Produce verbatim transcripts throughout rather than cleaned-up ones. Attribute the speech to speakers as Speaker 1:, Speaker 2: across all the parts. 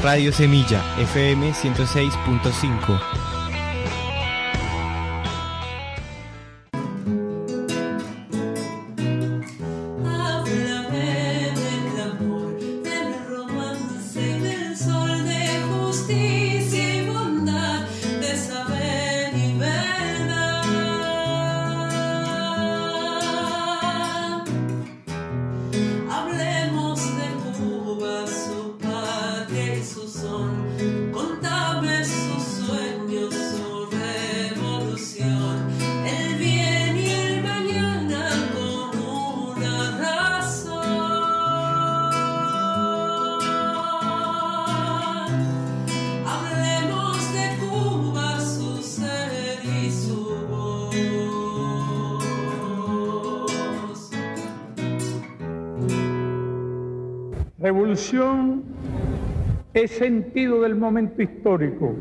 Speaker 1: Radio Semilla, F M ciento seis punto cinco.
Speaker 2: Revolución es sentido del momento histórico,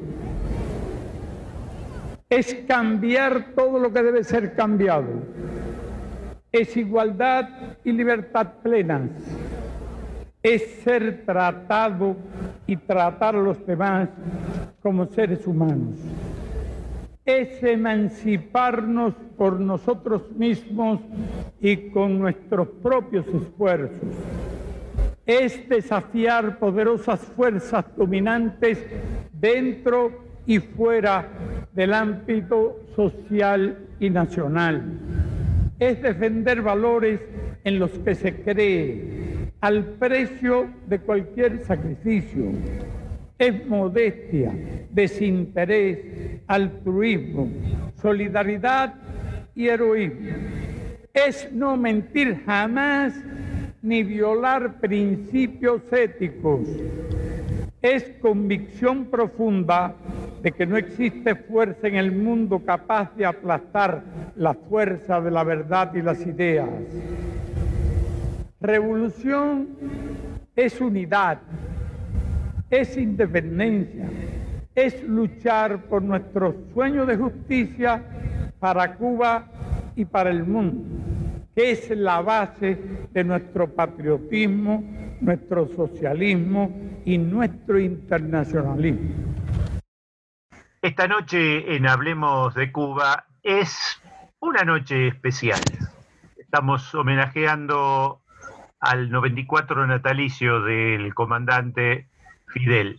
Speaker 2: es cambiar todo lo que debe ser cambiado, es igualdad y libertad plenas, es ser tratado y tratar a los demás como seres humanos, es emanciparnos por nosotros mismos y con nuestros propios esfuerzos. Es desafiar poderosas fuerzas dominantes dentro y fuera del ámbito social y nacional. Es defender valores en los que se cree, al precio de cualquier sacrificio. Es modestia, desinterés, altruismo, solidaridad y heroísmo. Es no mentir jamás ni violar principios éticos. Es convicción profunda de que no existe fuerza en el mundo capaz de aplastar la fuerza de la verdad y las ideas. Revolución es unidad, es independencia, es luchar por nuestro sueño de justicia para Cuba y para el mundo, que es la base de nuestro patriotismo, nuestro socialismo y nuestro internacionalismo.
Speaker 3: Esta noche en Hablemos de Cuba es una noche especial. Estamos homenajeando al noventa y cuatro natalicio del comandante Fidel.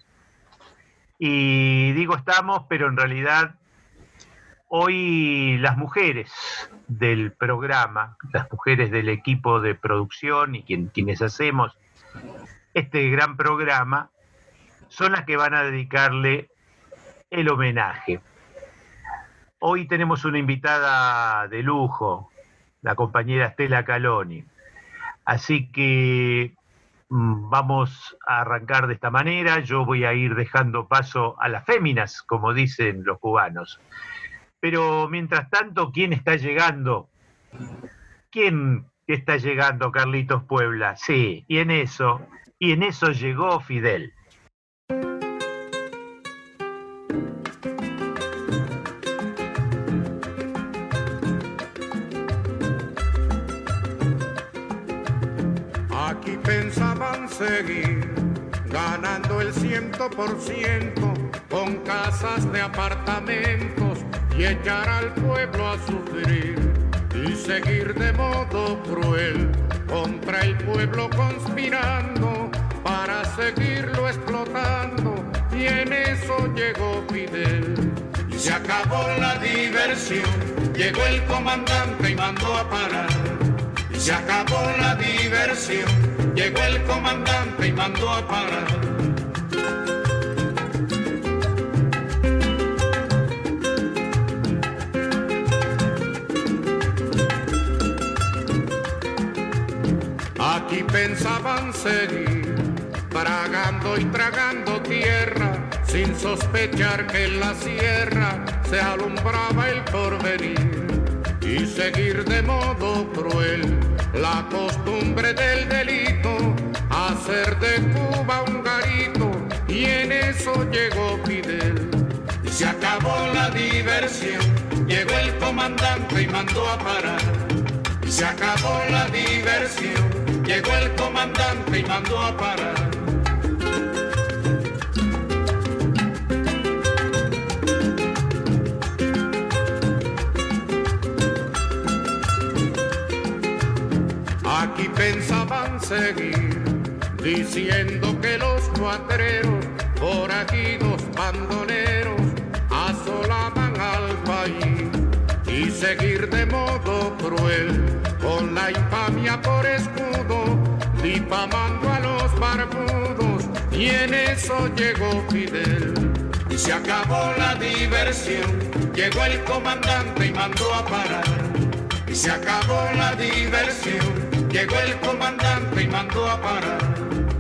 Speaker 3: Y digo estamos, pero en realidad hoy las mujeres del programa, las mujeres del equipo de producción y quien, quienes hacemos este gran programa, son las que van a dedicarle el homenaje. Hoy tenemos una invitada de lujo, la compañera Estela Caloni. Así que mmm, vamos a arrancar de esta manera. Yo voy a ir dejando paso a las féminas, como dicen los cubanos. Pero mientras tanto, ¿quién está llegando? ¿Quién está llegando, Carlitos Puebla? Sí, y en eso, y en eso llegó Fidel.
Speaker 4: Aquí pensaban seguir ganando el ciento por ciento con casas de apartamentos y echar al pueblo a sufrir y seguir de modo cruel contra el pueblo conspirando para seguirlo explotando, y en eso llegó Fidel. Y se acabó la diversión, llegó el comandante y mandó a parar. Y se acabó la diversión, llegó el comandante y mandó a parar. Aquí pensaban seguir, tragando y tragando tierra, sin sospechar que en la sierra se alumbraba el porvenir, y seguir de modo cruel la costumbre del delito, hacer de Cuba un garito, y en eso llegó Fidel. Y se acabó la diversión, llegó el comandante y mandó a parar. Y se acabó la diversión, llegó el comandante y mandó a parar. Aquí pensaban seguir, diciendo que los cuatreros, forajidos bandoneros, asolaban al país, y seguir de modo cruel, con la infamia por escudo, difamando a los barbudos, y en eso llegó Fidel. Y se acabó la diversión, llegó el comandante y mandó a parar. Y se acabó la diversión, llegó el comandante y mandó a parar.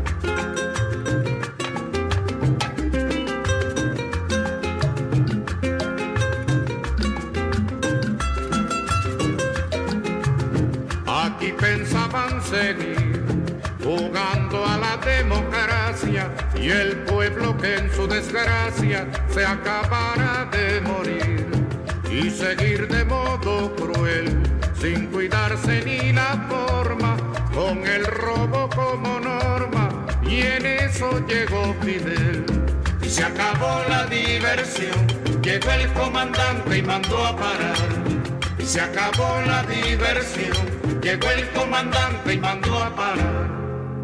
Speaker 4: Aquí pensaban seguir jugando a la democracia y el pueblo que en su desgracia se acabara de morir y seguir de modo cruel sin cuidarse ni la forma con el robo como norma, y en eso llegó Fidel. Y se acabó la diversión, llegó el comandante y mandó a parar. Y se acabó la diversión, llegó el comandante y mandó a parar.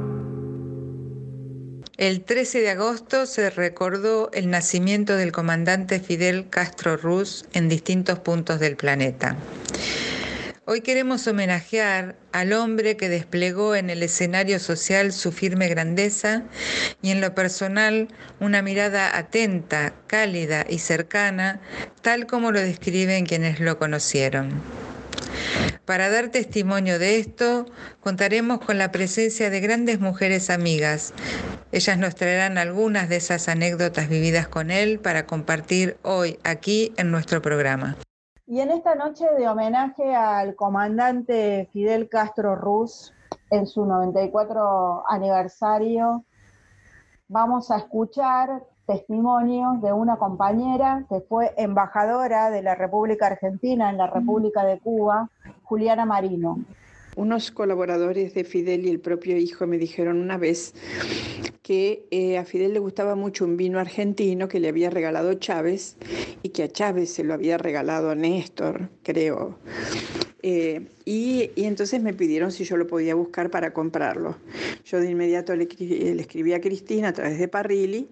Speaker 5: El trece de agosto se recordó el nacimiento del comandante Fidel Castro Ruz en distintos puntos del planeta. Hoy queremos homenajear al hombre que desplegó en el escenario social su firme grandeza y en lo personal una mirada atenta, cálida y cercana, tal como lo describen quienes lo conocieron. Para dar testimonio de esto, contaremos con la presencia de grandes mujeres amigas. Ellas nos traerán algunas de esas anécdotas vividas con él para compartir hoy aquí en nuestro programa.
Speaker 6: Y en esta noche de homenaje al comandante Fidel Castro Ruz, en su noventa y cuatro aniversario, vamos a escuchar testimonios de una compañera que fue embajadora de la República Argentina en la República de Cuba, Juliana Marino.
Speaker 7: Unos colaboradores de Fidel y el propio hijo me dijeron una vez que eh, a Fidel le gustaba mucho un vino argentino que le había regalado Chávez y que a Chávez se lo había regalado a Néstor, creo. Eh, y, y entonces me pidieron si yo lo podía buscar para comprarlo. Yo de inmediato le, le escribí a Cristina a través de Parrilli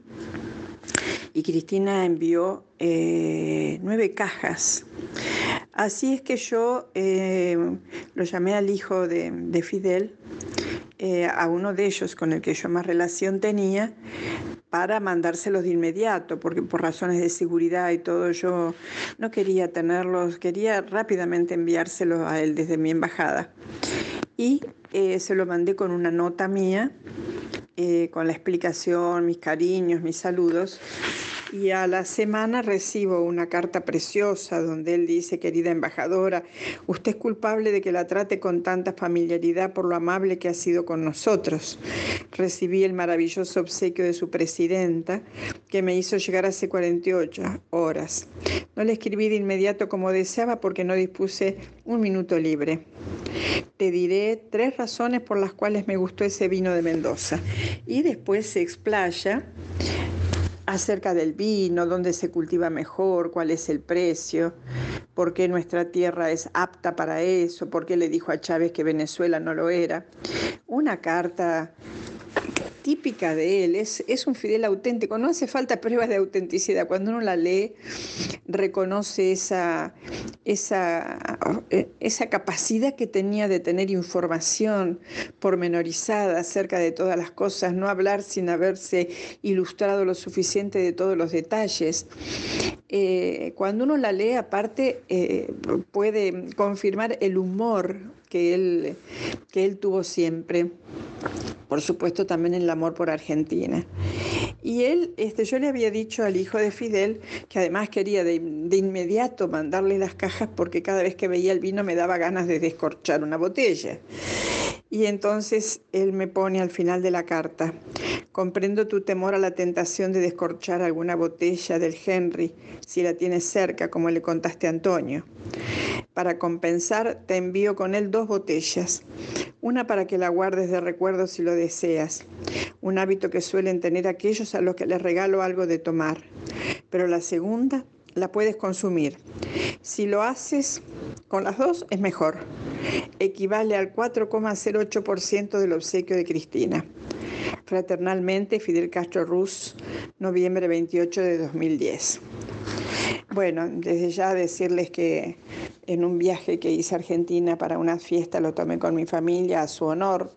Speaker 7: y Cristina envió eh, nueve cajas. Así es que yo eh, lo llamé al hijo de, de Fidel, eh, a uno de ellos con el que yo más relación tenía, para mandárselos de inmediato, porque por razones de seguridad y todo yo no quería tenerlos, quería rápidamente enviárselos a él desde mi embajada. Y eh, se lo mandé con una nota mía, eh, con la explicación, mis cariños, mis saludos. Y a la semana recibo una carta preciosa donde él dice: querida embajadora, usted es culpable de que la trate con tanta familiaridad por lo amable que ha sido con nosotros. Recibí el maravilloso obsequio de su presidenta, que me hizo llegar hace cuarenta y ocho horas. No le escribí de inmediato como deseaba porque no dispuse un minuto libre. Te diré tres razones por las cuales me gustó ese vino de Mendoza. Y después se explaya acerca del vino, dónde se cultiva mejor, cuál es el precio, por qué nuestra tierra es apta para eso, por qué le dijo a Chávez que Venezuela no lo era. Una carta típica de él, es, es un Fidel auténtico, no hace falta pruebas de autenticidad. Cuando uno la lee, reconoce esa, esa, esa capacidad que tenía de tener información pormenorizada acerca de todas las cosas, no hablar sin haberse ilustrado lo suficiente de todos los detalles. Eh, cuando uno la lee, aparte, eh, puede confirmar el humor que él, que él tuvo siempre. Por supuesto, también el amor por Argentina. Y él, este, yo le había dicho al hijo de Fidel que además quería de, de inmediato mandarle las cajas porque cada vez que veía el vino me daba ganas de descorchar una botella. Y entonces él me pone al final de la carta: comprendo tu temor a la tentación de descorchar alguna botella del Henry si la tienes cerca, como le contaste a Antonio. Para compensar, te envío con él dos botellas. Una para que la guardes de recuerdo si lo deseas, un hábito que suelen tener aquellos a los que les regalo algo de tomar. Pero la segunda la puedes consumir. Si lo haces con las dos es mejor. equivale al cuatro coma cero ocho por ciento del obsequio de Cristina. Fraternalmente, Fidel Castro Ruz, noviembre veintiocho de dos mil diez. Bueno, desde ya decirles que en un viaje que hice a Argentina para una fiesta lo tomé con mi familia a su honor,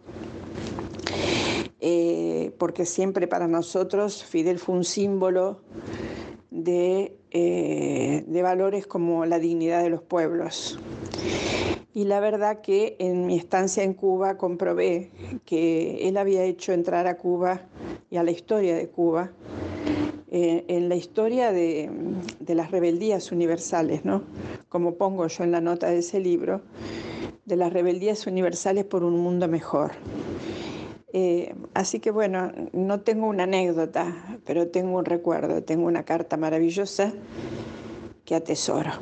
Speaker 7: eh, porque siempre para nosotros Fidel fue un símbolo de, eh, de valores como la dignidad de los pueblos. Y la verdad que en mi estancia en Cuba comprobé que él había hecho entrar a Cuba y a la historia de Cuba, eh, en la historia de, de las rebeldías universales, ¿no? Como pongo yo en la nota de ese libro, de las rebeldías universales por un mundo mejor. Eh, así que bueno, no tengo una anécdota, pero tengo un recuerdo, tengo una carta maravillosa que atesoro.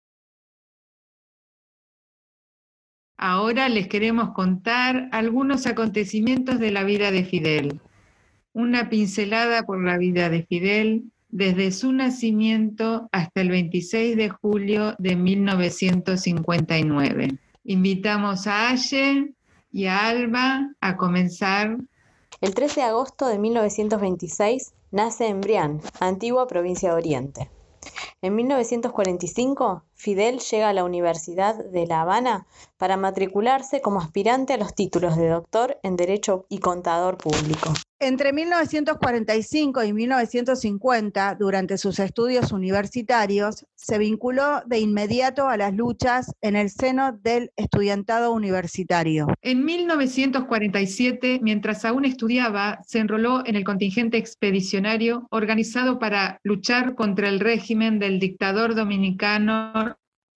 Speaker 5: Ahora les queremos contar algunos acontecimientos de la vida de Fidel. Una pincelada por la vida de Fidel desde su nacimiento hasta el veintiséis de julio de mil novecientos cincuenta y nueve. Invitamos a Aye y a Alba a comenzar.
Speaker 8: El trece de agosto de mil novecientos veintiséis nace en Brián, antigua provincia de Oriente. En mil novecientos cuarenta y cinco, Fidel llega a la Universidad de La Habana para matricularse como aspirante a los títulos de doctor en Derecho y Contador Público.
Speaker 6: Entre mil novecientos cuarenta y cinco y mil novecientos cincuenta, durante sus estudios universitarios, se vinculó de inmediato a las luchas en el seno del estudiantado universitario.
Speaker 5: En mil novecientos cuarenta y siete, mientras aún estudiaba, se enroló en el contingente expedicionario organizado para luchar contra el régimen del dictador dominicano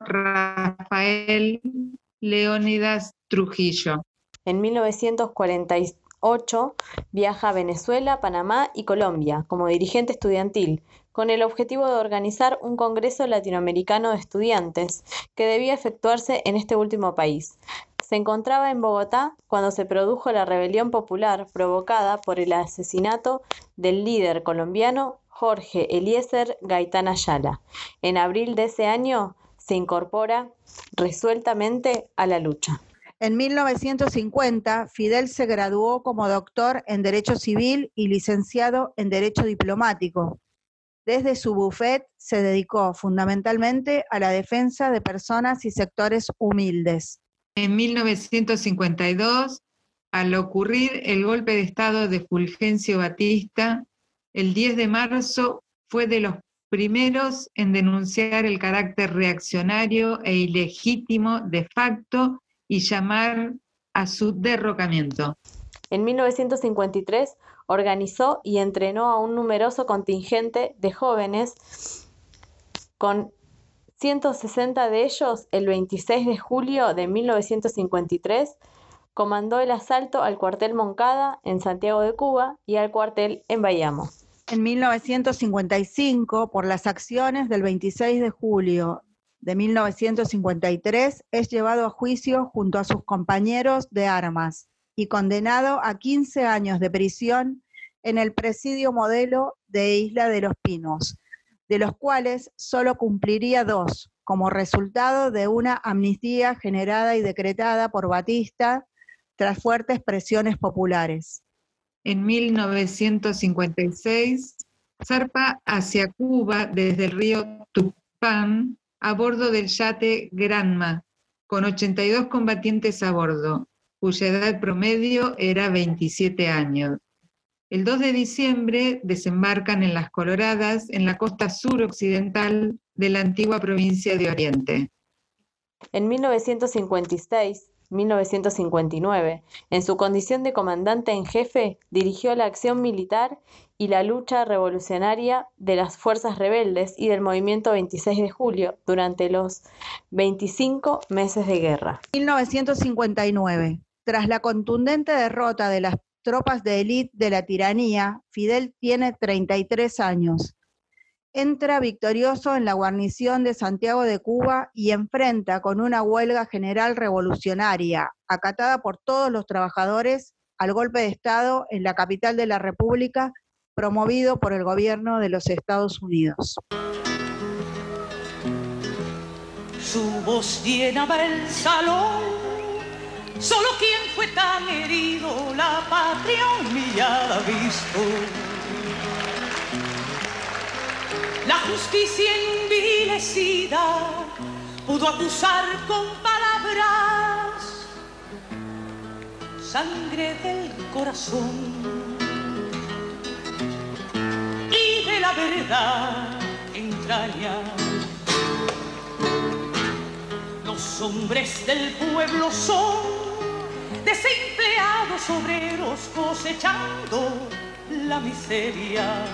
Speaker 5: Rafael Leónidas Trujillo.
Speaker 8: En mil novecientos cuarenta y ocho viaja a Venezuela, Panamá y Colombia como dirigente estudiantil, con el objetivo de organizar un congreso latinoamericano de estudiantes que debía efectuarse en este último país. Se encontraba en Bogotá cuando se produjo la rebelión popular provocada por el asesinato del líder colombiano Jorge Eliezer Gaitán Ayala. En abril de ese año se incorpora resueltamente a la lucha.
Speaker 6: En mil novecientos cincuenta, Fidel se graduó como doctor en Derecho Civil y licenciado en Derecho Diplomático. Desde su bufet se dedicó fundamentalmente a la defensa de personas y sectores humildes.
Speaker 5: En mil novecientos cincuenta y dos, al ocurrir el golpe de Estado de Fulgencio Batista, el diez de marzo fue de los primeros en denunciar el carácter reaccionario e ilegítimo de facto y llamar a su derrocamiento.
Speaker 8: En mil novecientos cincuenta y tres organizó y entrenó a un numeroso contingente de jóvenes, con ciento sesenta de ellos el veintiséis de julio de mil novecientos cincuenta y tres, comandó el asalto al cuartel Moncada en Santiago de Cuba y al cuartel en Bayamo.
Speaker 6: En mil novecientos cincuenta y cinco, por las acciones del veintiséis de julio de mil novecientos cincuenta y tres, es llevado a juicio junto a sus compañeros de armas y condenado a quince años de prisión en el presidio modelo de Isla de los Pinos, de los cuales solo cumpliría dos, como resultado de una amnistía generada y decretada por Batista tras fuertes presiones populares.
Speaker 5: En mil novecientos cincuenta y seis, zarpa hacia Cuba desde el río Tupán a bordo del yate Granma, con ochenta y dos combatientes a bordo, cuya edad promedio era veintisiete años. El dos de diciembre desembarcan en Las Coloradas, en la costa suroccidental de la antigua provincia de Oriente.
Speaker 8: En mil novecientos cincuenta y seis, mil novecientos cincuenta y nueve, en su condición de comandante en jefe, dirigió la acción militar y la lucha revolucionaria de las fuerzas rebeldes y del movimiento veintiséis de julio durante los veinticinco meses de guerra.
Speaker 6: mil novecientos cincuenta y nueve. Tras la contundente derrota de las tropas de élite de la tiranía, Fidel tiene treinta y tres años. Entra victorioso en la guarnición de Santiago de Cuba y enfrenta con una huelga general revolucionaria, acatada por todos los trabajadores, al golpe de Estado en la capital de la República, promovido por el gobierno de los Estados Unidos.
Speaker 9: Su voz llenaba el salón Solo quien fue tan herido la patria humillada ha visto. La justicia envilecida pudo acusar con palabras sangre del corazón y de la verdad entraña. Los hombres del pueblo son desempleados obreros cosechando la miseria.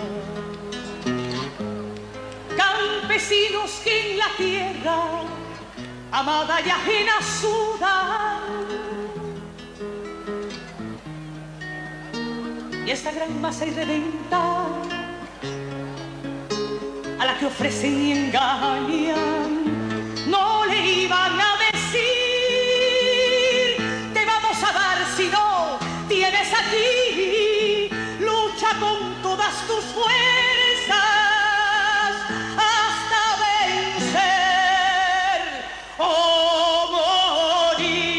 Speaker 9: Campesinos que en la tierra amada y ajena sudan. Y esta gran masa irredenta a la que ofrecen y engañan, no le iban a decir te vamos a dar si no tienes aquí, lucha con todas tus fuerzas hasta vencer o morir.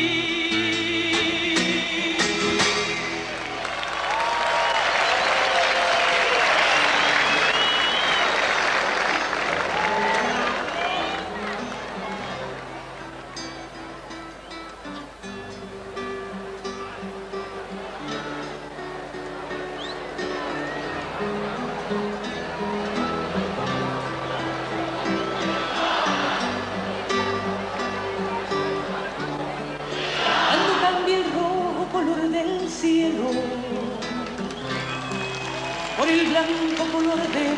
Speaker 9: Por el blanco color de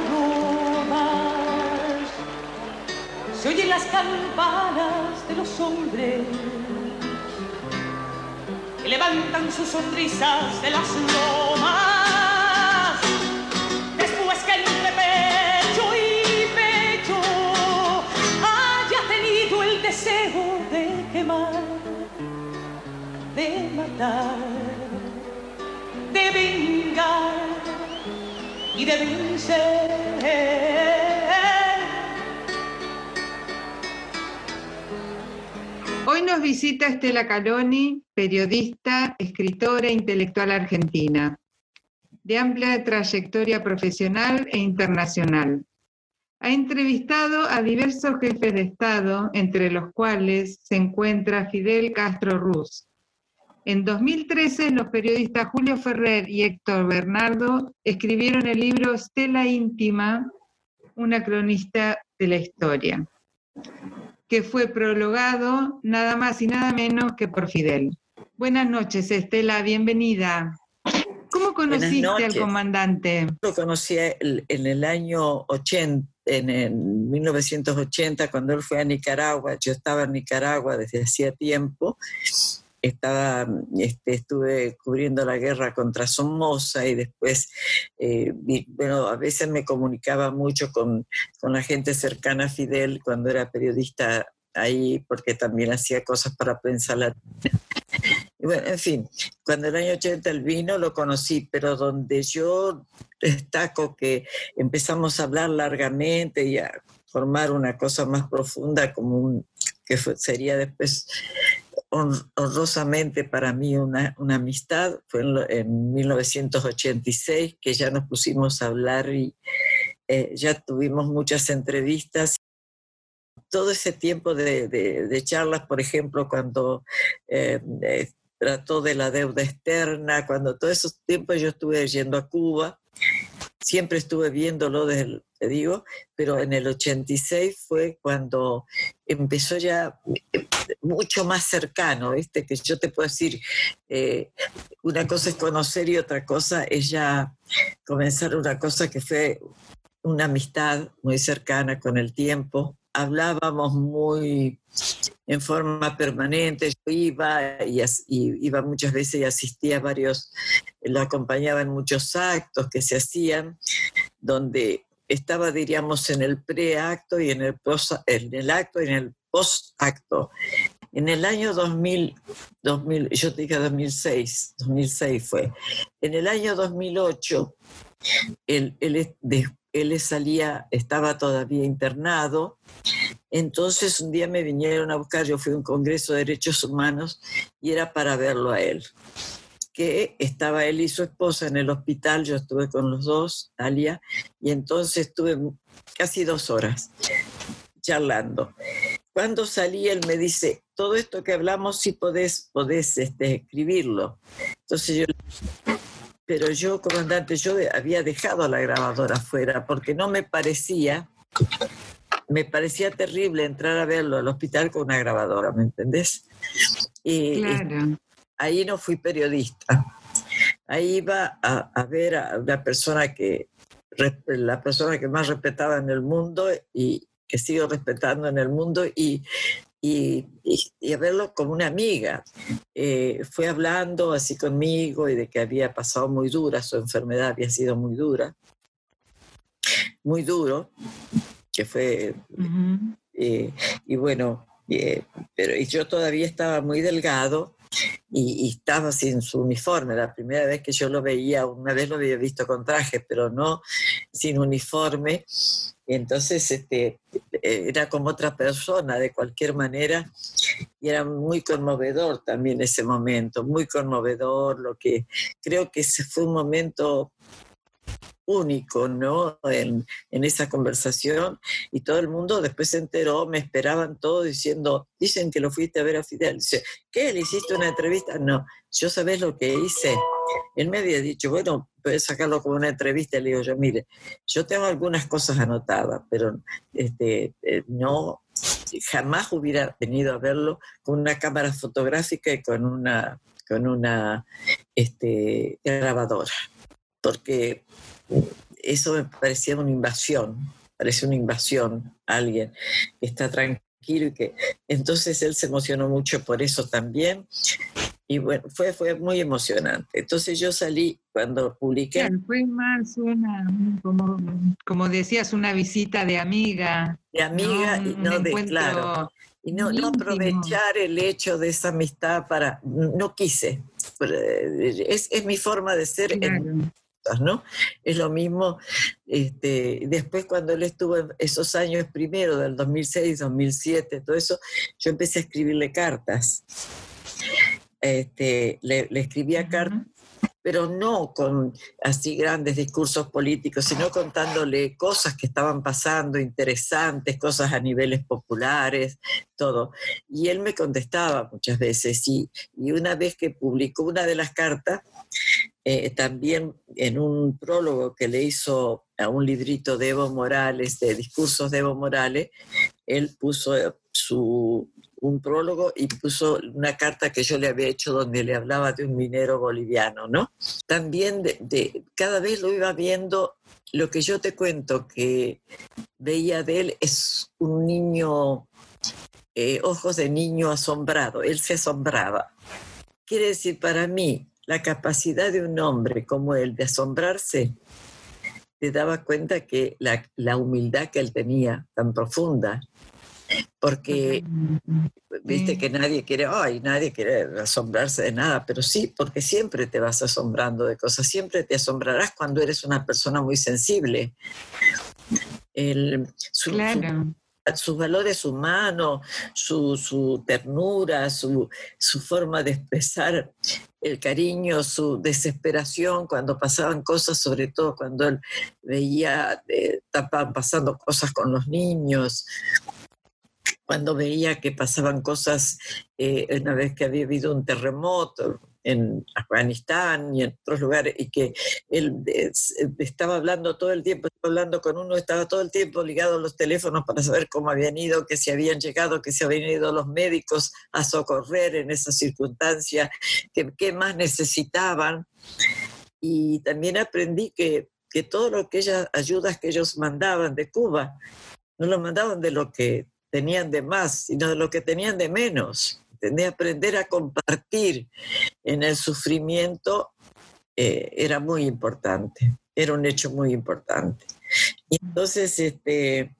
Speaker 9: palomas se oyen las campanas de los hombres que levantan sus sonrisas de las lomas. Después que entre pecho y pecho haya tenido el deseo de quemar, de matar, de vengar y de vencer.
Speaker 5: Hoy nos visita Estela Caloni, periodista, escritora e intelectual argentina, de amplia trayectoria profesional e internacional. Ha entrevistado a diversos jefes de Estado, entre los cuales se encuentra Fidel Castro Ruz. En dos mil trece, los periodistas Julio Ferrer y Héctor Bernardo escribieron el libro Stella Íntima, una cronista de la historia, que fue prologado nada más y nada menos que por Fidel. Buenas noches, Estela, bienvenida. ¿Cómo conociste al comandante?
Speaker 10: Lo conocí en el año ochenta, en el mil novecientos ochenta, cuando él fue a Nicaragua. Yo estaba en Nicaragua desde hacía tiempo. Estaba, este, estuve cubriendo la guerra contra Somoza y después, eh, y, bueno, a veces me comunicaba mucho con, con la gente cercana a Fidel cuando era periodista ahí, porque también hacía cosas para prensa latina. Y bueno, en fin, cuando el año ochenta él vino, lo conocí, pero donde yo destaco que empezamos a hablar largamente y a formar una cosa más profunda, como un, que fue, sería después honrosamente para mí una, una amistad, fue en, en mil novecientos ochenta y seis que ya nos pusimos a hablar y eh, ya tuvimos muchas entrevistas. Todo ese tiempo de, de, de charlas, por ejemplo, cuando eh, eh, trató de la deuda externa, cuando todos esos tiempos yo estuve yendo a Cuba, siempre estuve viéndolo desde el, te digo, pero en el ochenta y seis fue cuando empezó ya mucho más cercano, ¿viste? Que yo te puedo decir, eh, una cosa es conocer y otra cosa es ya comenzar una cosa que fue una amistad muy cercana con el tiempo. Hablábamos muy en forma permanente, yo iba y, y iba muchas veces y asistía a varios, lo acompañaba en muchos actos que se hacían, donde estaba, diríamos, en el preacto y en el, post, en el acto y en el postacto. En el año dos mil, dos mil, yo te dije dos mil seis, dos mil seis fue. En el año dos mil ocho, él, él, él salía, estaba todavía internado, Entonces un día me vinieron a buscar, yo fui a un congreso de derechos humanos y era para verlo a él, que estaba él y su esposa en el hospital, yo estuve con los dos, Alia, y entonces estuve casi dos horas charlando. Cuando salí, él me dice, todo esto que hablamos sí podés, podés este, escribirlo. Entonces yo, pero yo, comandante, yo había dejado la grabadora afuera porque no me parecía, me parecía terrible entrar a verlo al hospital con una grabadora, ¿me entendés? Y, claro. Y ahí no fui periodista. Ahí iba a, a ver a una persona que, la persona que más respetaba en el mundo y que sigo respetando en el mundo y, y, y, y a verlo como una amiga. Eh, fue hablando así conmigo y de que había pasado muy dura, su enfermedad había sido muy dura, muy duro, que fue... Uh-huh. eh, y bueno, eh, pero y yo todavía estaba muy delgado y, y estaba sin su uniforme. La primera vez que yo lo veía, una vez lo había visto con traje, pero no sin uniforme. Y entonces este, era como otra persona de cualquier manera y era muy conmovedor también ese momento, muy conmovedor. Lo que creo que ese fue un momento único, ¿no? En, en esa conversación, y todo el mundo después se enteró, me esperaban todos diciendo, dicen que lo fuiste a ver a Fidel. Dice, ¿qué? ¿Le hiciste una entrevista? No, yo sabés lo que hice. Él me había dicho, bueno, puedes sacarlo como una entrevista. Le digo yo, mire, yo tengo algunas cosas anotadas, pero este, eh, no, jamás hubiera venido a verlo con una cámara fotográfica y con una, con una este, grabadora, porque eso me parecía una invasión, parece una invasión a alguien que está tranquilo y que... Entonces él se emocionó mucho por eso también. Y bueno, fue, fue muy emocionante. Entonces yo salí cuando publiqué...
Speaker 5: Claro, fue más una, como, como decías, una visita de amiga.
Speaker 10: De amiga, ¿no? Y no de, claro. Y no, no aprovechar el hecho de esa amistad para... No quise. Es, es mi forma de ser. Claro. En, ¿no? Es lo mismo, este, después cuando él estuvo en esos años primero, del dos mil seis, dos mil siete, todo eso, yo empecé a escribirle cartas. Este, le, le escribía uh-huh. cartas, pero no con así grandes discursos políticos, sino contándole cosas que estaban pasando, interesantes, cosas a niveles populares, todo. Y él me contestaba muchas veces, y, y una vez que publicó una de las cartas, Eh, también en un prólogo que le hizo a un librito de Evo Morales, de discursos de Evo Morales, él puso su, un prólogo y puso una carta que yo le había hecho donde le hablaba de un minero boliviano, ¿no? También de, de, cada vez lo iba viendo. Lo que yo te cuento que veía de él es un niño, eh, ojos de niño asombrado, él se asombraba. Quiere decir, para mí, la capacidad de un hombre como él de asombrarse, te daba cuenta que la, la humildad que él tenía tan profunda, porque viste que nadie quiere, ay, nadie quiere asombrarse de nada, pero sí, porque siempre te vas asombrando de cosas, siempre te asombrarás cuando eres una persona muy sensible. El, su, claro. su, sus valores humanos, su, su ternura, su, su forma de expresar el cariño, su desesperación cuando pasaban cosas, sobre todo cuando él veía, eh, estaban pasando cosas con los niños, cuando veía que pasaban cosas, eh, una vez que había habido un terremoto en Afganistán y en otros lugares, y que él eh, estaba hablando todo el tiempo, estaba hablando con uno, estaba todo el tiempo ligado a los teléfonos para saber cómo habían ido, que si habían llegado, que si habían ido los médicos a socorrer en esas circunstancias, que qué más necesitaban. Y también aprendí que, que todo lo que ellas, ayudas que ellos mandaban de Cuba, no lo mandaban de lo que tenían de más, sino de lo que tenían de menos. De aprender a compartir en el sufrimiento eh, era muy importante, era un hecho muy importante. Y entonces este,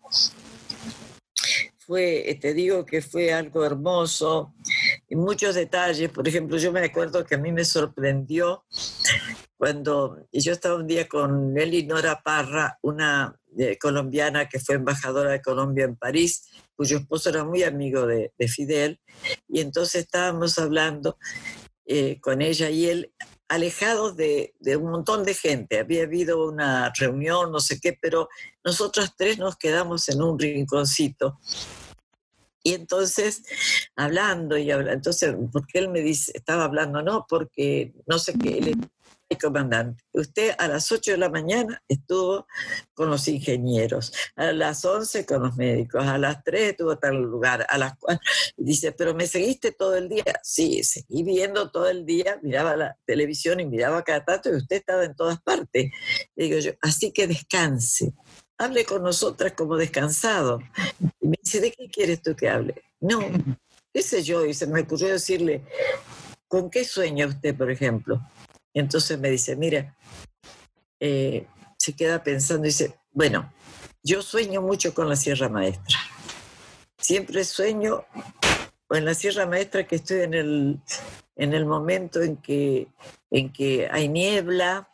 Speaker 10: fue, te digo que fue algo hermoso, en muchos detalles. Por ejemplo, yo me acuerdo que a mí me sorprendió cuando yo estaba un día con Elinora Parra, una eh, colombiana que fue embajadora de Colombia en París, cuyo esposo era muy amigo de, de Fidel, y entonces estábamos hablando eh, con ella y él, alejados de, de un montón de gente. Había habido una reunión, no sé qué, pero nosotros tres nos quedamos en un rinconcito. Y entonces, hablando y hablando, entonces, porque él me dice, estaba hablando, no, porque no sé qué, él es comandante. Usted a las ocho de la mañana estuvo con los ingenieros, a las once con los médicos, a las tres estuvo en tal lugar, a las cuatro. Dice, pero ¿me seguiste todo el día? Sí, seguí viendo todo el día, miraba la televisión y miraba cada tanto y usted estaba en todas partes. Le digo yo, así que descanse. Hable con nosotras como descansado. Y me dice, ¿de qué quieres tú que hable? No, qué sé yo. Y se me ocurrió decirle, ¿con qué sueña usted, por ejemplo? Y entonces me dice, mira, eh, se queda pensando y dice, bueno, yo sueño mucho con la Sierra Maestra. Siempre sueño en la Sierra Maestra que estoy en el, en el momento en que, en que hay niebla,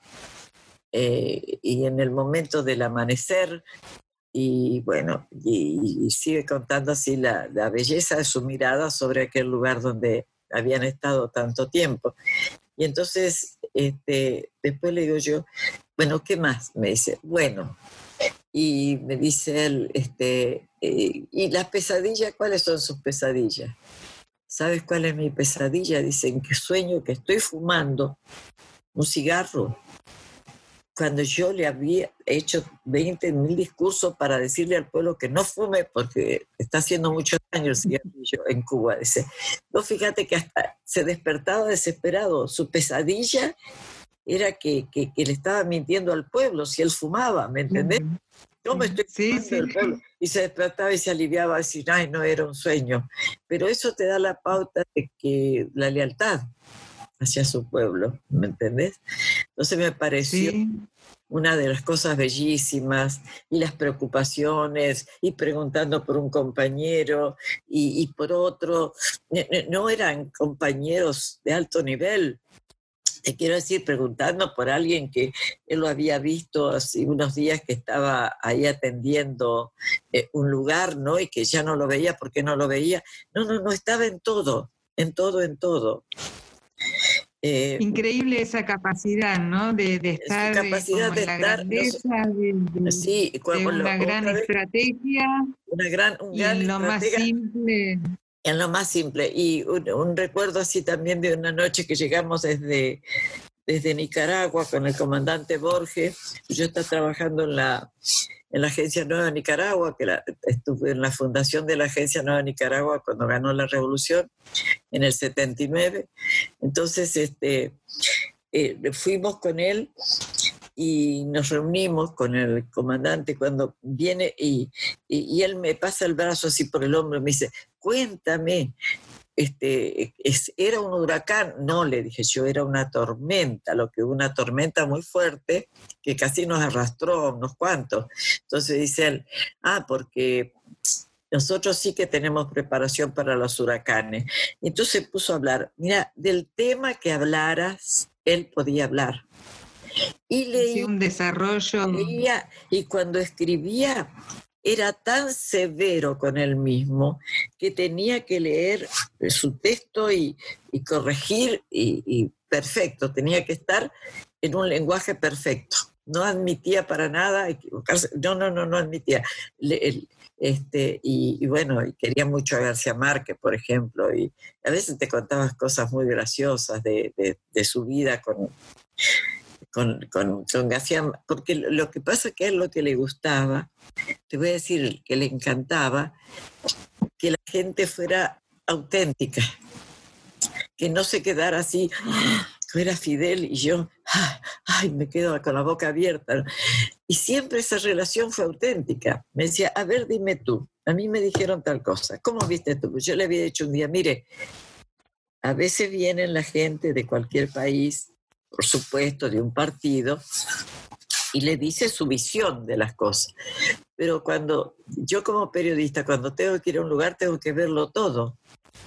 Speaker 10: Eh, y en el momento del amanecer, y bueno, y, y sigue contando así la, la belleza de su mirada sobre aquel lugar donde habían estado tanto tiempo. Y entonces, este, después le digo yo, bueno, ¿qué más? Me dice, bueno, y me dice él, este, eh, ¿y las pesadillas? ¿Cuáles son sus pesadillas? ¿Sabes cuál es mi pesadilla? Dicen que sueño que estoy fumando un cigarro, cuando yo le había hecho veinte mil discursos para decirle al pueblo que no fume porque está haciendo mucho daño el cigarrillo en Cuba. Dice, no, fíjate que hasta se despertaba desesperado. Su pesadilla era que, que, que le estaba mintiendo al pueblo si él fumaba, ¿me entendés? Yo me estoy
Speaker 5: sí,
Speaker 10: fumando
Speaker 5: sí.
Speaker 10: el pueblo. Y se despertaba y se aliviaba a decir, ay, no, era un sueño. Pero eso te da la pauta de que la lealtad hacia su pueblo, ¿me entendés? Entonces me pareció sí. una de las cosas bellísimas, y las preocupaciones, y preguntando por un compañero y, y por otro. No eran compañeros de alto nivel, te quiero decir, preguntando por alguien que él lo había visto hace unos días que estaba ahí atendiendo eh, un lugar, ¿no? Y que ya no lo veía. ¿Por qué no lo veía? No, no, no, estaba en todo, en todo, en todo.
Speaker 5: Eh, Increíble esa capacidad, ¿no? De, de estar
Speaker 10: capacidad
Speaker 5: como
Speaker 10: de
Speaker 5: en la
Speaker 10: estar,
Speaker 5: grandeza de, de,
Speaker 10: sí,
Speaker 5: de una
Speaker 10: lo,
Speaker 5: gran
Speaker 10: vez,
Speaker 5: estrategia
Speaker 10: una gran, un
Speaker 5: y
Speaker 10: gran
Speaker 5: en lo más simple.
Speaker 10: En lo más simple. Y un, un recuerdo así también de una noche que llegamos desde, desde Nicaragua con el comandante Borges. Yo estaba trabajando en la, en la Agencia Nueva Nicaragua, que la, estuve en la fundación de la Agencia Nueva Nicaragua cuando ganó la revolución en el setenta y nueve. Entonces este, eh, fuimos con él y nos reunimos con el comandante cuando viene y, y, y él me pasa el brazo así por el hombro y me dice, cuéntame, este, es, ¿era un huracán? No, le dije yo, era una tormenta, lo que una tormenta muy fuerte que casi nos arrastró unos cuantos. Entonces dice él, ah, porque nosotros sí que tenemos preparación para los huracanes. Y entonces se puso a hablar, mira, del tema que hablaras, él podía hablar. Y leía,
Speaker 5: un desarrollo.
Speaker 10: Leía, y cuando escribía era tan severo con él mismo que tenía que leer su texto y, y corregir y, y perfecto, tenía que estar en un lenguaje perfecto. No admitía para nada equivocarse, no, no, no, no admitía. Le, este, y, y bueno, y quería mucho a García Márquez, por ejemplo, y a veces te contabas cosas muy graciosas de, de, de su vida con... Con, con, con García, porque lo que pasa es que a él lo que le gustaba, te voy a decir que le encantaba, que la gente fuera auténtica, que no se quedara así, yo era Fidel y yo, ay, me quedo con la boca abierta. Y siempre esa relación fue auténtica. Me decía, a ver, dime tú, a mí me dijeron tal cosa, ¿cómo viste tú? Yo le había dicho un día, mire, a veces vienen la gente de cualquier país, por supuesto, de un partido, y le dice su visión de las cosas. Pero cuando yo como periodista, cuando tengo que ir a un lugar, tengo que verlo todo.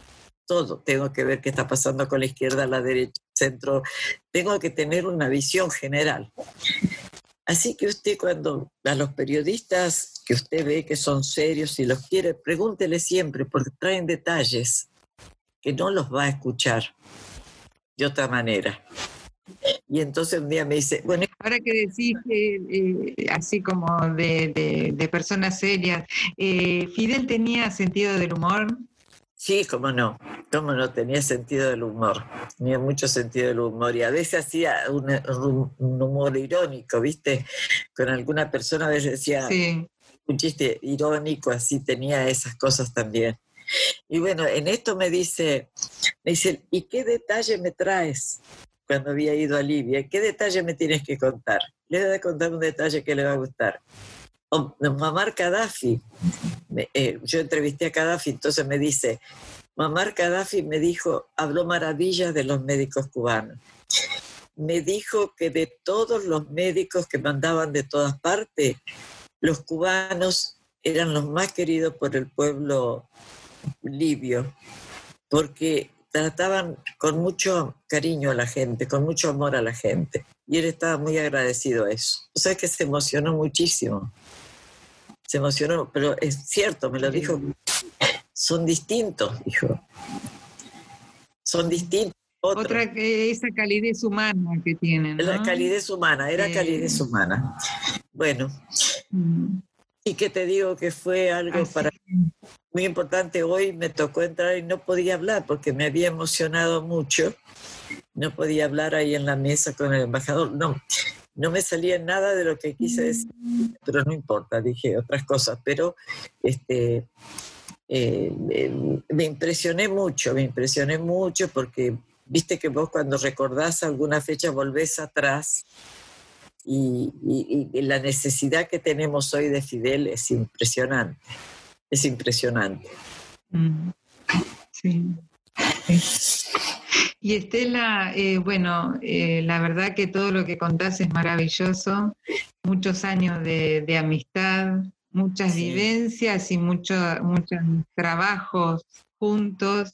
Speaker 10: todo. Tengo que ver qué está pasando con la izquierda, la derecha, el centro. Tengo que tener una visión general. Así que usted, cuando a los periodistas que usted ve que son serios y los quiere, pregúntele siempre, porque traen detalles que no los va a escuchar de otra manera. Y entonces un día me dice, bueno...
Speaker 5: Ahora que decís, eh, eh, así como de, de, de personas serias, eh, ¿Fidel tenía sentido del humor?
Speaker 10: Sí, cómo no, cómo no, tenía sentido del humor, tenía mucho sentido del humor, y a veces hacía un, un, un humor irónico, ¿viste? Con alguna persona a veces decía
Speaker 5: sí.
Speaker 10: un chiste irónico, así, tenía esas cosas también. Y bueno, en esto me dice, me dice, ¿y qué detalle me traes? Cuando había ido a Libia, ¿qué detalle me tienes que contar? Le voy a contar un detalle que le va a gustar. Oh, Muammar Gaddafi, me, eh, yo entrevisté a Gaddafi, entonces me dice, Muammar Gaddafi me dijo, habló maravillas de los médicos cubanos. Me dijo que de todos los médicos que mandaban de todas partes, los cubanos eran los más queridos por el pueblo libio, porque trataban con mucho cariño a la gente, con mucho amor a la gente. Y él estaba muy agradecido a eso. O sea que se emocionó muchísimo. Se emocionó, pero es cierto, me lo dijo. Son distintos, dijo. Son distintos. Otros.
Speaker 5: Otra que esa calidez humana que tienen, ¿no?
Speaker 10: La calidez humana, era
Speaker 5: eh...
Speaker 10: calidez humana. Bueno,
Speaker 5: mm.
Speaker 10: y que te digo que fue algo
Speaker 5: Así.
Speaker 10: para muy importante. Hoy me tocó entrar y no podía hablar porque me había emocionado mucho. No podía hablar ahí en la mesa con el embajador. No, no me salía nada de lo que quise decir, pero no importa, dije otras cosas. Pero este, eh, me, me impresioné mucho, me impresioné mucho porque viste que vos cuando recordás alguna fecha volvés atrás y, y, y la necesidad que tenemos hoy de Fidel es impresionante, es impresionante.
Speaker 5: Mm, sí. sí. Y Estela, eh, bueno, eh, la verdad que todo lo que contás es maravilloso, muchos años de, de amistad, muchas sí. vivencias y mucho, muchos trabajos juntos.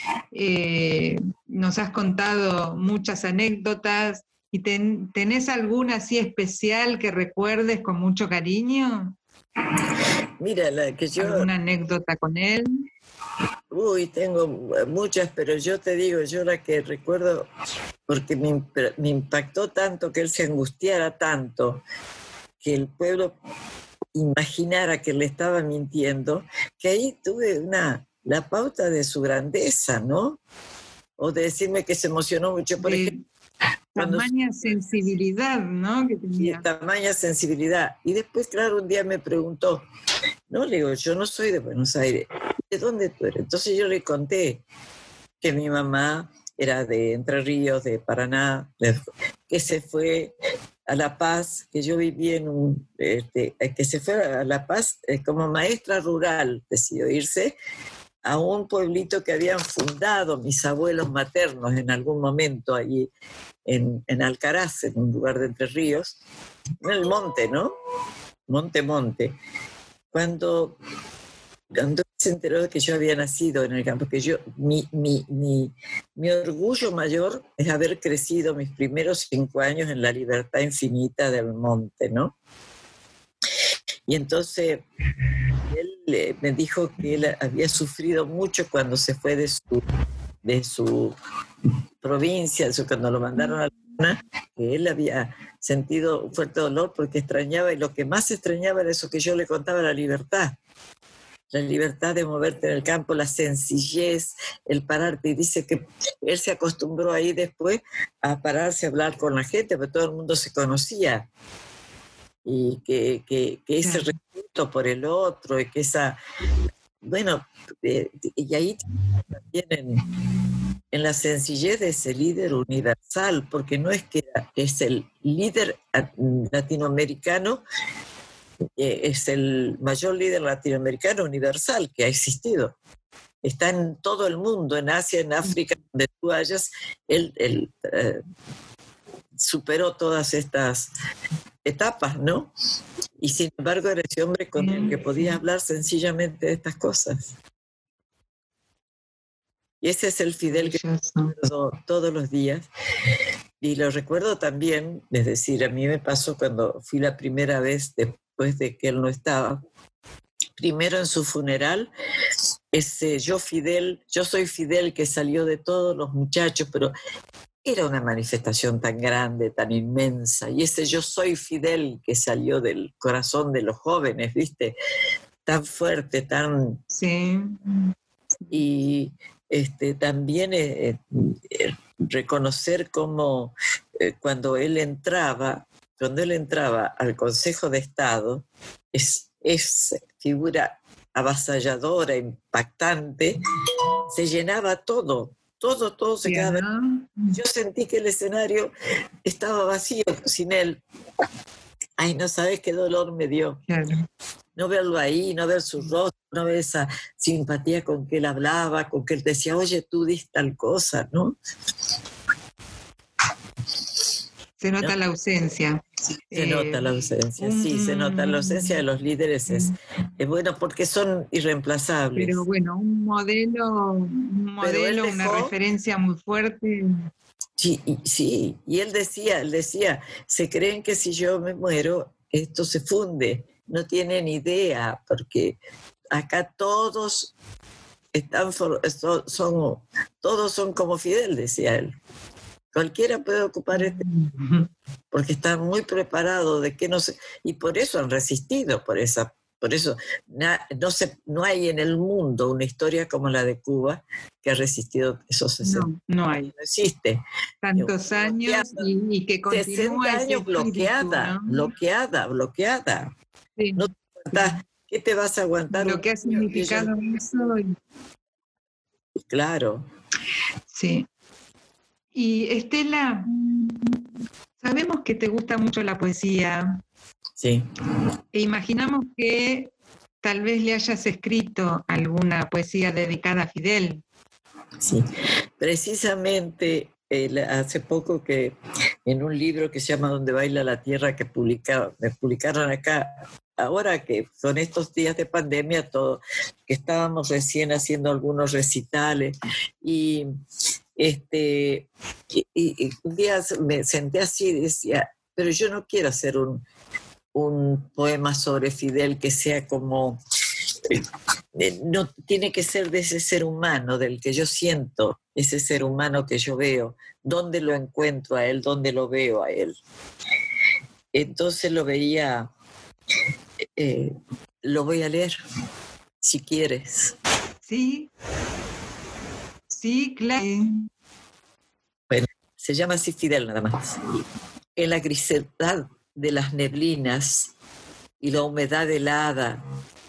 Speaker 5: Eh, nos has contado muchas anécdotas. ¿Y ten, tenés alguna así especial que recuerdes con mucho cariño?
Speaker 10: Mira, la que yo...
Speaker 5: ¿Alguna anécdota con él?
Speaker 10: Uy, tengo muchas, pero yo te digo, yo la que recuerdo, porque me, me impactó tanto que él se angustiara tanto, que el pueblo imaginara que le estaba mintiendo, que ahí tuve una, la pauta de su grandeza, ¿no? O de decirme que se emocionó mucho, por
Speaker 5: de
Speaker 10: ejemplo.
Speaker 5: Tamaña
Speaker 10: cuando,
Speaker 5: sensibilidad, ¿no? Que tenía.
Speaker 10: Y tamaña sensibilidad. Y después, claro, un día me preguntó, no, le digo, yo no soy de Buenos Aires, ¿de dónde tú eres? Entonces yo le conté que mi mamá era de Entre Ríos, de Paraná, que se fue a La Paz, que yo viví en un, este, que se fue a La Paz eh, como maestra rural, decidió irse a un pueblito que habían fundado mis abuelos maternos en algún momento allí en, en Alcaraz, en un lugar de Entre Ríos, en el monte, ¿no? Monte, monte. Cuando, cuando se enteró de que yo había nacido en el campo, que yo, mi, mi, mi, mi orgullo mayor es haber crecido mis primeros cinco años en la libertad infinita del monte, ¿no? Y entonces él me dijo que él había sufrido mucho cuando se fue de su, de su provincia, de su, cuando lo mandaron a la zona, que él había sentido un fuerte dolor porque extrañaba, y lo que más extrañaba era eso que yo le contaba, la libertad. La libertad de moverte en el campo, la sencillez, el pararte. Y dice que él se acostumbró ahí después a pararse a hablar con la gente, porque todo el mundo se conocía. Y que, que, que ese respeto por el otro, y que esa... Bueno, eh, y ahí también en, en la sencillez de ese líder universal, porque no es que es el líder latinoamericano, eh, es el mayor líder latinoamericano universal que ha existido. Está en todo el mundo, en Asia, en África, donde tú vayas, él, él eh, superó todas estas etapas, ¿no? Y sin embargo era ese hombre con el que podía hablar sencillamente de estas cosas. Y ese es el Fidel que recuerdo todos los días. Y lo recuerdo también, es decir, a mí me pasó cuando fui la primera vez después de que él no estaba, primero en su funeral, ese yo Fidel, yo soy Fidel que salió de todos los muchachos, pero era una manifestación tan grande, tan inmensa, y ese yo soy Fidel que salió del corazón de los jóvenes, ¿viste? Tan fuerte, tan...
Speaker 5: Sí.
Speaker 10: Y este, también eh, eh, reconocer cómo eh, cuando él entraba, cuando él entraba al Consejo de Estado, es, es figura avasalladora, impactante, se llenaba todo, todo, todo se quedaba. Yo sentí que el escenario estaba vacío sin él. Ay, no sabes qué dolor me dio.
Speaker 5: Claro.
Speaker 10: No verlo ahí, no ver su rostro, no ver esa simpatía con que él hablaba, con que él decía, oye, tú dis tal cosa, ¿no?
Speaker 5: Se nota
Speaker 10: ¿No?
Speaker 5: la ausencia.
Speaker 10: Se
Speaker 5: eh,
Speaker 10: nota la ausencia,
Speaker 5: un,
Speaker 10: sí, se nota la ausencia de los líderes. Es, es bueno porque son irreemplazables.
Speaker 5: Pero bueno, un modelo, un modelo,
Speaker 10: dejó,
Speaker 5: una referencia muy fuerte.
Speaker 10: Sí y, sí, y él decía, él decía, se creen que si yo me muero, esto se funde. No tienen idea, porque acá todos están, son, son, todos son como Fidel, decía él. Cualquiera puede ocupar este, porque están muy preparados de que no se, y por eso han resistido, por esa, por eso na, no se, no hay en el mundo una historia como la de Cuba que ha resistido esos sesenta.
Speaker 5: No, no hay.
Speaker 10: No existe.
Speaker 5: Tantos años y, y que continúa
Speaker 10: sesenta años bloqueada, ¿no? bloqueada, bloqueada.
Speaker 5: Sí.
Speaker 10: No te aguantás, ¿qué te vas a aguantar?
Speaker 5: Lo que ha significado eso. Y...
Speaker 10: Claro.
Speaker 5: Sí. Y Estela, sabemos que te gusta mucho la poesía.
Speaker 10: Sí.
Speaker 5: E imaginamos que tal vez le hayas escrito alguna poesía dedicada a Fidel.
Speaker 10: Sí, precisamente eh, hace poco que en un libro que se llama Donde baila la tierra que publica, me publicaron acá, ahora que son estos días de pandemia, todo, que estábamos recién haciendo algunos recitales y, este, y, y un día me senté así y decía, pero yo no quiero hacer un, un poema sobre Fidel que sea como... No tiene que ser de ese ser humano del que yo siento, ese ser humano que yo veo, dónde lo encuentro a él, dónde lo veo a él. Entonces lo veía, eh, lo voy a leer, si quieres.
Speaker 5: Sí, sí, claro.
Speaker 10: Bueno, se llama así Fidel nada más. En la grisedad de las neblinas y la humedad helada,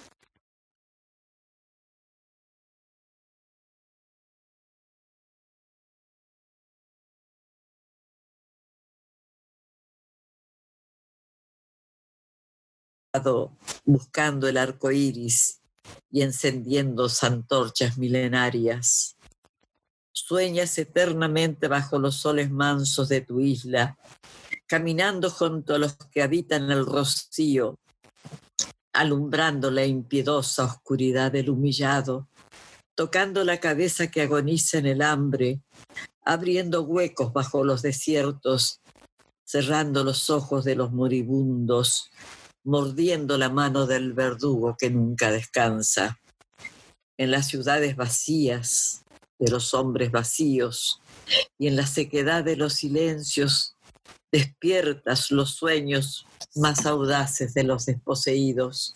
Speaker 10: buscando el arco iris y encendiendo antorchas milenarias. Sueñas eternamente bajo los soles mansos de tu isla, caminando junto a los que habitan el rocío, alumbrando la impiedosa oscuridad del humillado, tocando la cabeza que agoniza en el hambre, abriendo huecos bajo los desiertos, cerrando los ojos de los moribundos, mordiendo la mano del verdugo que nunca descansa. En las ciudades vacías de los hombres vacíos y en la sequedad de los silencios, despiertas los sueños más audaces de los desposeídos.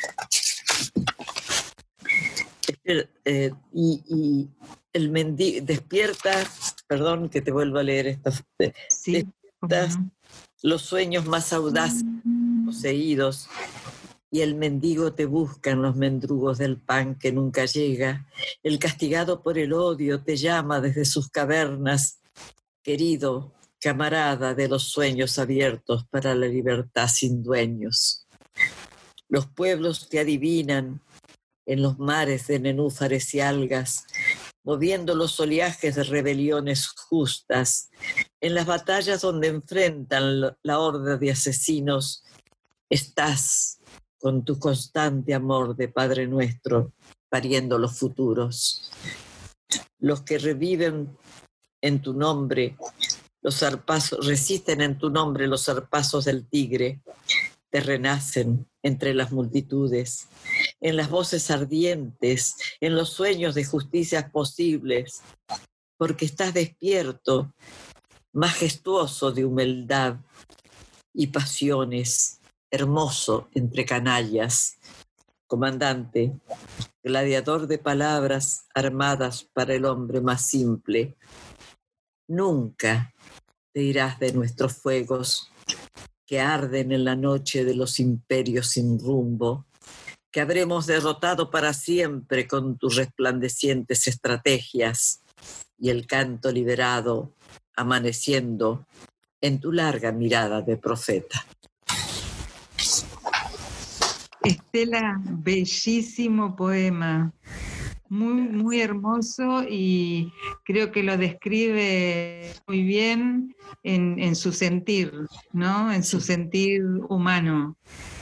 Speaker 10: Eh, y, y el mendigo despierta, perdón que te vuelvo a leer esto,
Speaker 5: sí,
Speaker 10: despiertas los sueños más audaces poseídos y el mendigo te busca en los mendrugos del pan que nunca llega. El castigado por el odio te llama desde sus cavernas, querido camarada de los sueños abiertos para la libertad sin dueños. Los pueblos te adivinan en los mares de nenúfares y algas, moviendo los oleajes de rebeliones justas, en las batallas donde enfrentan la horda de asesinos. Estás con tu constante amor de Padre Nuestro, pariendo los futuros. los que reviven en tu nombre, los zarpazos, resisten en tu nombre los zarpazos del tigre, te renacen entre las multitudes, en las voces ardientes, en los sueños de justicias posibles, porque estás despierto, majestuoso de humildad y pasiones, hermoso entre canallas, comandante, gladiador de palabras armadas para el hombre más simple. Nunca te irás de nuestros fuegos que arden en la noche de los imperios sin rumbo, que habremos derrotado para siempre con tus resplandecientes estrategias y el canto liberado amaneciendo en tu larga mirada de profeta.
Speaker 5: Estela, bellísimo poema, muy, muy hermoso y creo que lo describe muy bien en, en su sentir, ¿no? En su sentir humano.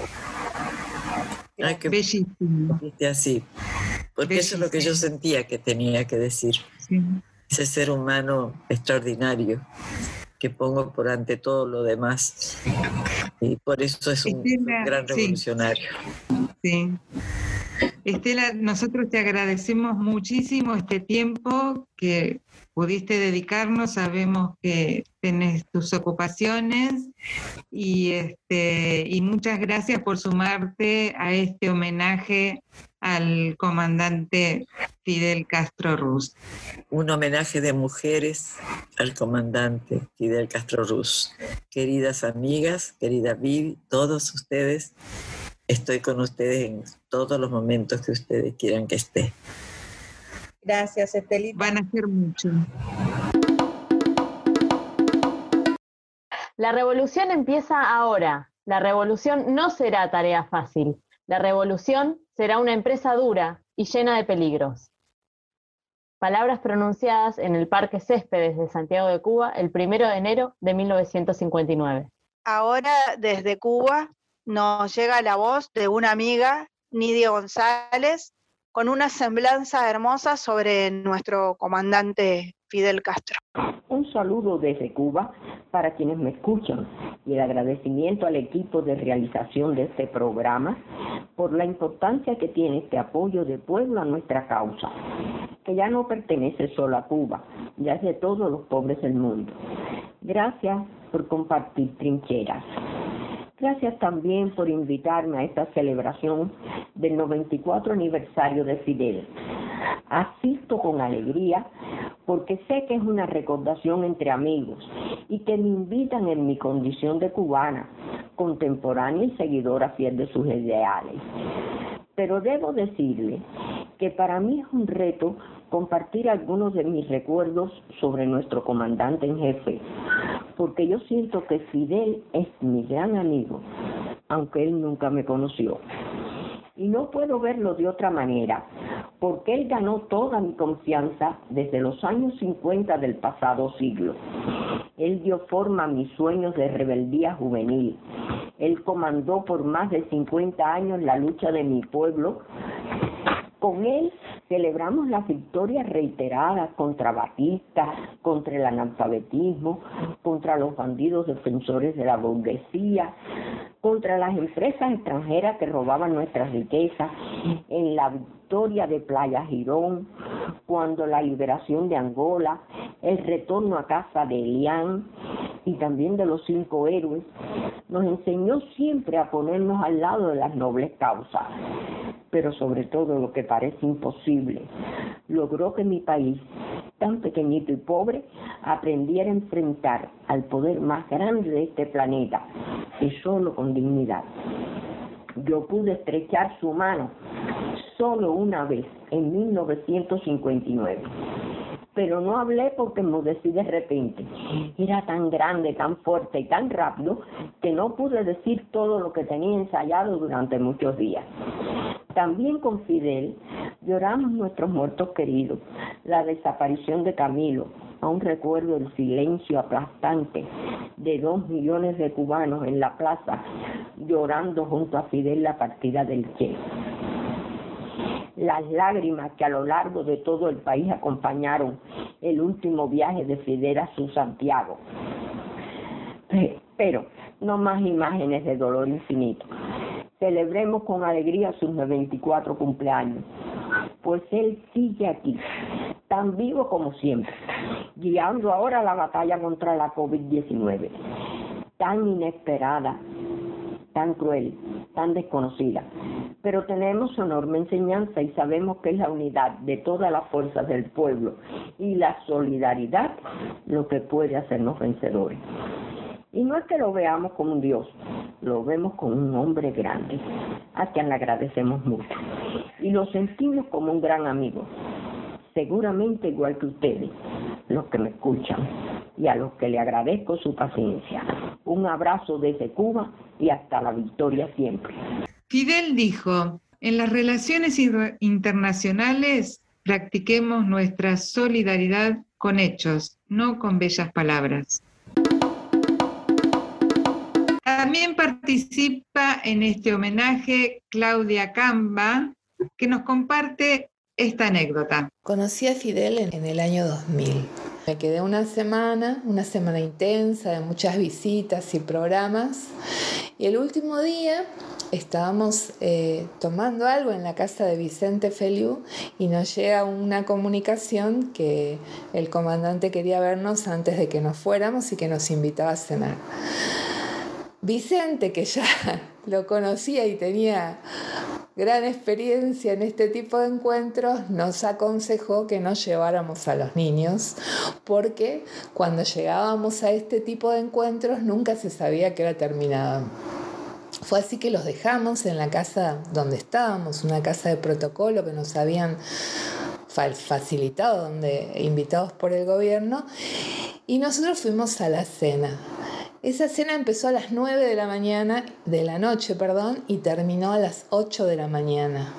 Speaker 10: Ay, que
Speaker 5: bellísimo.
Speaker 10: Así, porque bellísimo. Eso es lo que yo sentía que tenía que decir. Sí. Ese ser humano extraordinario que pongo por ante todo lo demás. Y por eso es un, Estela, un gran revolucionario.
Speaker 5: Sí. sí. Estela, nosotros te agradecemos muchísimo este tiempo que pudiste dedicarnos. Sabemos que tenés tus ocupaciones y, este, y muchas gracias por sumarte a este homenaje al comandante Fidel Castro Ruz.
Speaker 10: Un homenaje de mujeres al comandante Fidel Castro Ruz. Queridas amigas, querida Vivi, todos ustedes, estoy con ustedes en todos los momentos que ustedes quieran que esté.
Speaker 6: Gracias, Estelita.
Speaker 5: Van a ser mucho.
Speaker 8: La revolución empieza ahora. La revolución no será tarea fácil. La revolución será una empresa dura y llena de peligros. Palabras pronunciadas en el Parque Céspedes de Santiago de Cuba el primero de enero de mil novecientos cincuenta y nueve.
Speaker 6: Ahora, desde Cuba, nos llega la voz de una amiga, Nidia González, con una semblanza hermosa sobre nuestro comandante Fidel Castro.
Speaker 11: Un saludo desde Cuba para quienes me escuchan y el agradecimiento al equipo de realización de este programa por la importancia que tiene este apoyo de pueblo a nuestra causa, que ya no pertenece solo a Cuba, ya es de todos los pobres del mundo. Gracias por compartir trincheras. Gracias también por invitarme a esta celebración del noventa y cuatro aniversario de Fidel. Asisto con alegría porque sé que es una recordación entre amigos y que me invitan en mi condición de cubana, contemporánea y seguidora fiel de sus ideales. Pero debo decirle que para mí es un reto compartir algunos de mis recuerdos sobre nuestro comandante en jefe, porque yo siento que Fidel es mi gran amigo, aunque él nunca me conoció. Y no puedo verlo de otra manera, porque él ganó toda mi confianza desde los años cincuenta del pasado siglo. Él dio forma a mis sueños de rebeldía juvenil. Él comandó por más de cincuenta años la lucha de mi pueblo. Con él celebramos las victorias reiteradas contra Batista, contra el analfabetismo, contra los bandidos defensores de la burguesía, contra las empresas extranjeras que robaban nuestras riquezas, en la victoria de Playa Girón, cuando la liberación de Angola, el retorno a casa de Elián y también de los cinco héroes, nos enseñó siempre a ponernos al lado de las nobles causas. Pero sobre todo lo que parece imposible, logró que mi país, tan pequeñito y pobre, aprendiera a enfrentar al poder más grande de este planeta, y solo con dignidad. Yo pude estrechar su mano solo una vez, en mil novecientos cincuenta y nueve. Pero no hablé porque enmudecí de repente. Era tan grande, tan fuerte y tan rápido que no pude decir todo lo que tenía ensayado durante muchos días. También con Fidel lloramos nuestros muertos queridos, la desaparición de Camilo. Aún recuerdo el silencio aplastante de dos millones de cubanos en la plaza llorando junto a Fidel la partida del Che. las lágrimas que a lo largo de todo el país acompañaron el último viaje de Fidel a su Santiago. Pero no más imágenes de dolor infinito. Celebremos con alegría sus noventa y cuatro cumpleaños, pues él sigue aquí, tan vivo como siempre, guiando ahora la batalla contra la COVID diecinueve, tan inesperada, tan cruel, tan desconocida. Pero tenemos su enorme enseñanza y sabemos que es la unidad de todas las fuerzas del pueblo y la solidaridad lo que puede hacernos vencedores. Y no es que lo veamos como un Dios, lo vemos como un hombre grande, a quien le agradecemos mucho. Y lo sentimos como un gran amigo, seguramente igual que ustedes, los que me escuchan, y a los que le agradezco su paciencia. Un abrazo desde Cuba y hasta la victoria siempre.
Speaker 5: Fidel dijo, en las relaciones internacionales practiquemos nuestra solidaridad con hechos, no con bellas palabras. También participa en este homenaje Claudia Camba, que nos comparte esta anécdota.
Speaker 12: Conocí a Fidel en, en el año dos mil. Me quedé una semana, una semana intensa de muchas visitas y programas. Y el último día estábamos eh, tomando algo en la casa de Vicente Feliú y nos llega una comunicación que el comandante quería vernos antes de que nos fuéramos y que nos invitaba a cenar. Vicente, que ya lo conocía y tenía gran experiencia en este tipo de encuentros, nos aconsejó que no lleváramos a los niños porque cuando llegábamos a este tipo de encuentros nunca se sabía que hora terminaban. Fue así que los dejamos en la casa donde estábamos, una casa de protocolo que nos habían facilitado, donde, invitados por el gobierno, y nosotros fuimos a la cena. Esa cena empezó a las nueve de la mañana, de la noche, perdón, y terminó a las ocho de la mañana.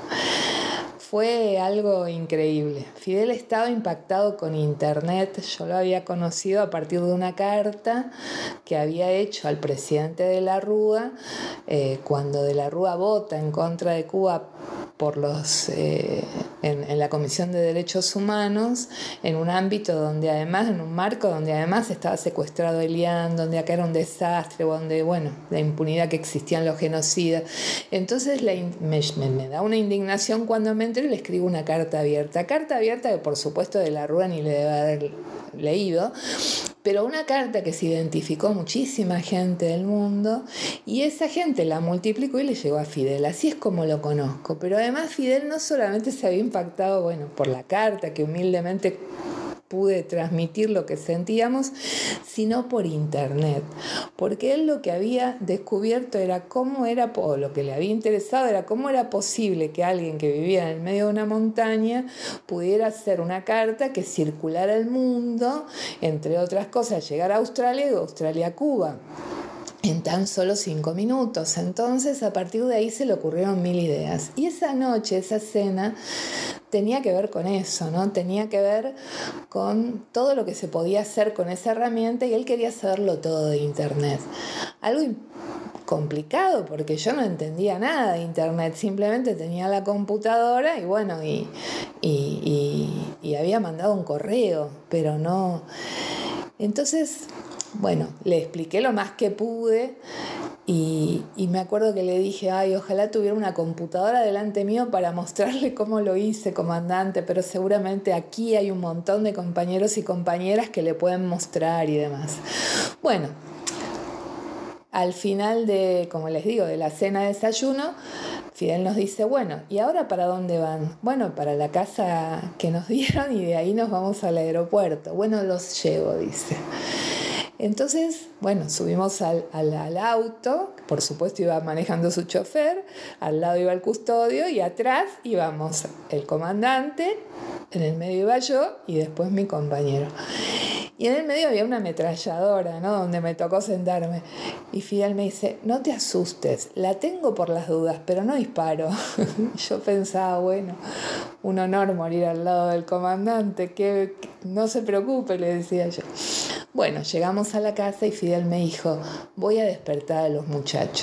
Speaker 12: Fue algo increíble. Fidel estaba impactado con internet. Yo lo había conocido a partir de una carta que había hecho al presidente de la Rúa eh, cuando de la Rúa vota en contra de Cuba por los, eh, en, en la Comisión de Derechos Humanos, en un ámbito donde además, en un marco donde además estaba secuestrado Elián, donde acá era un desastre, donde, bueno, la impunidad que existían los genocidas. Entonces la, me, me da una indignación cuando me entero y le escribo una carta abierta. Carta abierta que por supuesto de la Rúa ni le debe haber leído, pero una carta que se identificó muchísima gente del mundo y esa gente la multiplicó y le llegó a Fidel. Así es como lo conozco. Pero además Fidel no solamente se había impactado, bueno, por la carta que humildemente pude transmitir lo que sentíamos, sino por internet, porque él lo que había descubierto era cómo era, o lo que le había interesado era cómo era posible que alguien que vivía en el medio de una montaña pudiera hacer una carta que circulara el mundo, entre otras cosas, llegar a Australia y de Australia a Cuba en tan solo cinco minutos. Entonces, a partir de ahí se le ocurrieron mil ideas. Y esa noche, esa cena, tenía que ver con eso, ¿no? Tenía que ver con todo lo que se podía hacer con esa herramienta y él quería saberlo todo de internet. Algo complicado porque yo no entendía nada de internet, simplemente tenía la computadora y bueno, y, y, y, y había mandado un correo, pero no... Entonces... Bueno, le expliqué lo más que pude y, y me acuerdo que le dije, ay, ojalá tuviera una computadora delante mío para mostrarle cómo lo hice, comandante, pero seguramente aquí hay un montón de compañeros y compañeras que le pueden mostrar y demás. Bueno, al final de, como les digo, de la cena de desayuno, Fidel nos dice, bueno, ¿y ahora para dónde van? Bueno, para la casa que nos dieron y de ahí nos vamos al aeropuerto. Bueno, los llevo, dice. Entonces, bueno, subimos al, al, al auto, por supuesto iba manejando su chofer, al lado iba el custodio y atrás íbamos el comandante, en el medio iba yo y después mi compañero. Y en el medio había una ametralladora, ¿no? Donde me tocó sentarme. Y Fidel me dice, no te asustes, la tengo por las dudas, pero no disparo. Yo pensaba, bueno, un honor morir al lado del comandante, que, que no se preocupe, le decía yo. Bueno, llegamos a la casa y Fidel me dijo, voy a despertar a los muchachos.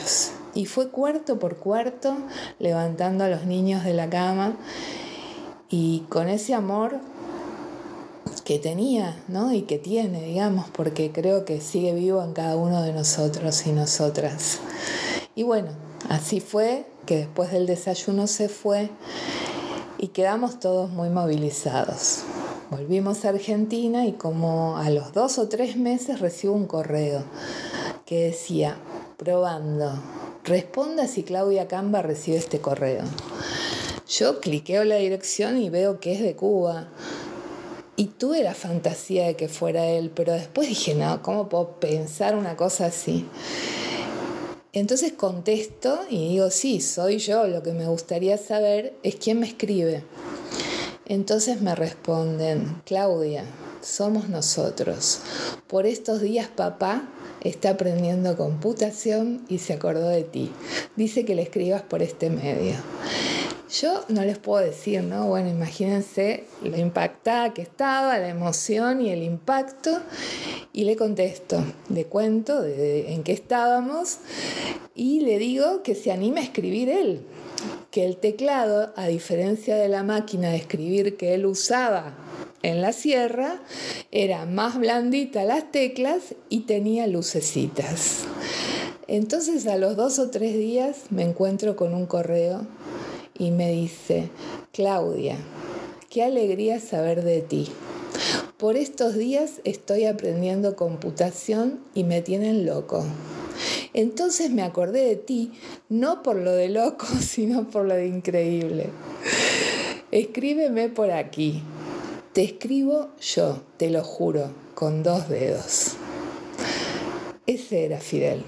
Speaker 12: Y fue cuarto por cuarto, levantando a los niños de la cama y con ese amor que tenía, ¿no? Y que tiene, digamos, porque creo que sigue vivo en cada uno de nosotros y nosotras. Y bueno, así fue que después del desayuno se fue y quedamos todos muy movilizados. Volvimos a Argentina y como a los dos o tres meses recibo un correo que decía, probando, responda si Claudia Camba recibe este correo. Yo cliqueo la dirección y veo que es de Cuba. Y tuve la fantasía de que fuera él, pero después dije, no, ¿cómo puedo pensar una cosa así? Entonces contesto y digo, sí, soy yo, lo que me gustaría saber es quién me escribe. Entonces me responden, Claudia, somos nosotros. Por estos días papá está aprendiendo computación y se acordó de ti. Dice que le escribas por este medio. Yo no les puedo decir, ¿no? Bueno, imagínense lo impactada que estaba, la emoción y el impacto. Y le contesto, le cuento de, de, en qué estábamos y le digo que se anime a escribir él. Que el teclado, a diferencia de la máquina de escribir que él usaba en la sierra, era más blandita las teclas y tenía lucecitas. Entonces a los dos o tres días me encuentro con un correo y me dice, Claudia, qué alegría saber de ti. Por estos días estoy aprendiendo computación y me tienen loco. Entonces me acordé de ti, no por lo de loco, sino por lo de increíble. Escríbeme por aquí. Te escribo yo, te lo juro, con dos dedos. Ese era Fidel.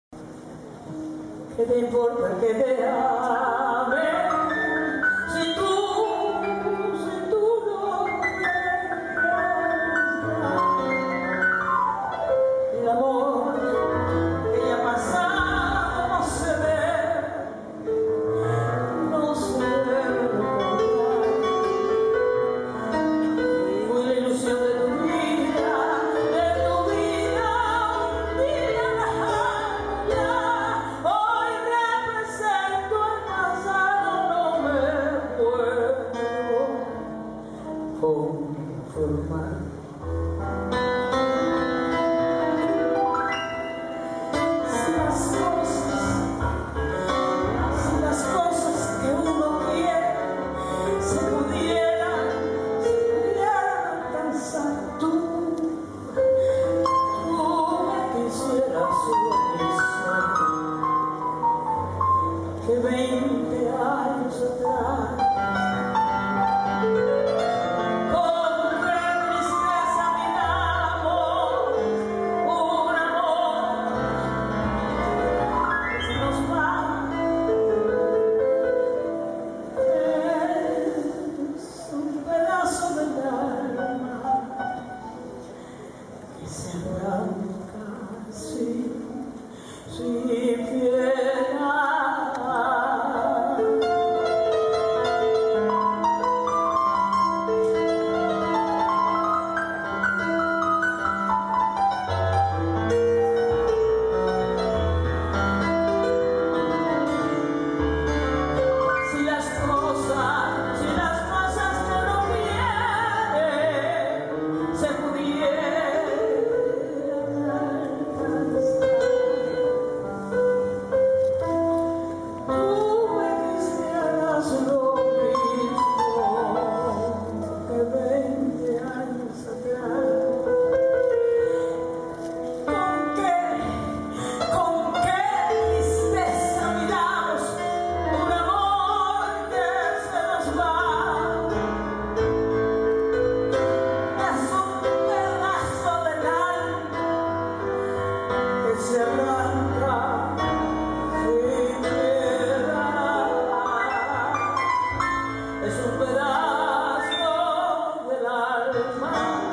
Speaker 13: ¿Qué te importa que te ame? Si tú, si tú no quieres, el amor que ya pasado no se ve, no se debe recordar. Fue la ilusión de tu vida, de tu vida, un día lejano ya. Hoy represento el pasado, no me puedo conformar. Si las cosas, si las cosas que uno quiere se pudieran, se pudieran alcanzar, tú, tú me quisieras lo mismo que veinte años atrás. Con qué tristeza miramos un amor que se nos va. Es un pedazo del alma que se arranca sin, sin piedad. Si las cosas, si las cosas que uno quiere se pudieran alcanzar, tú me quisieras lo mismo que veinte años atrás. ¿Con qué, con qué tristeza miramos un amor que se nos va? Es un pedazo del alma que se arranca sin piedad. Es un pedazo del alma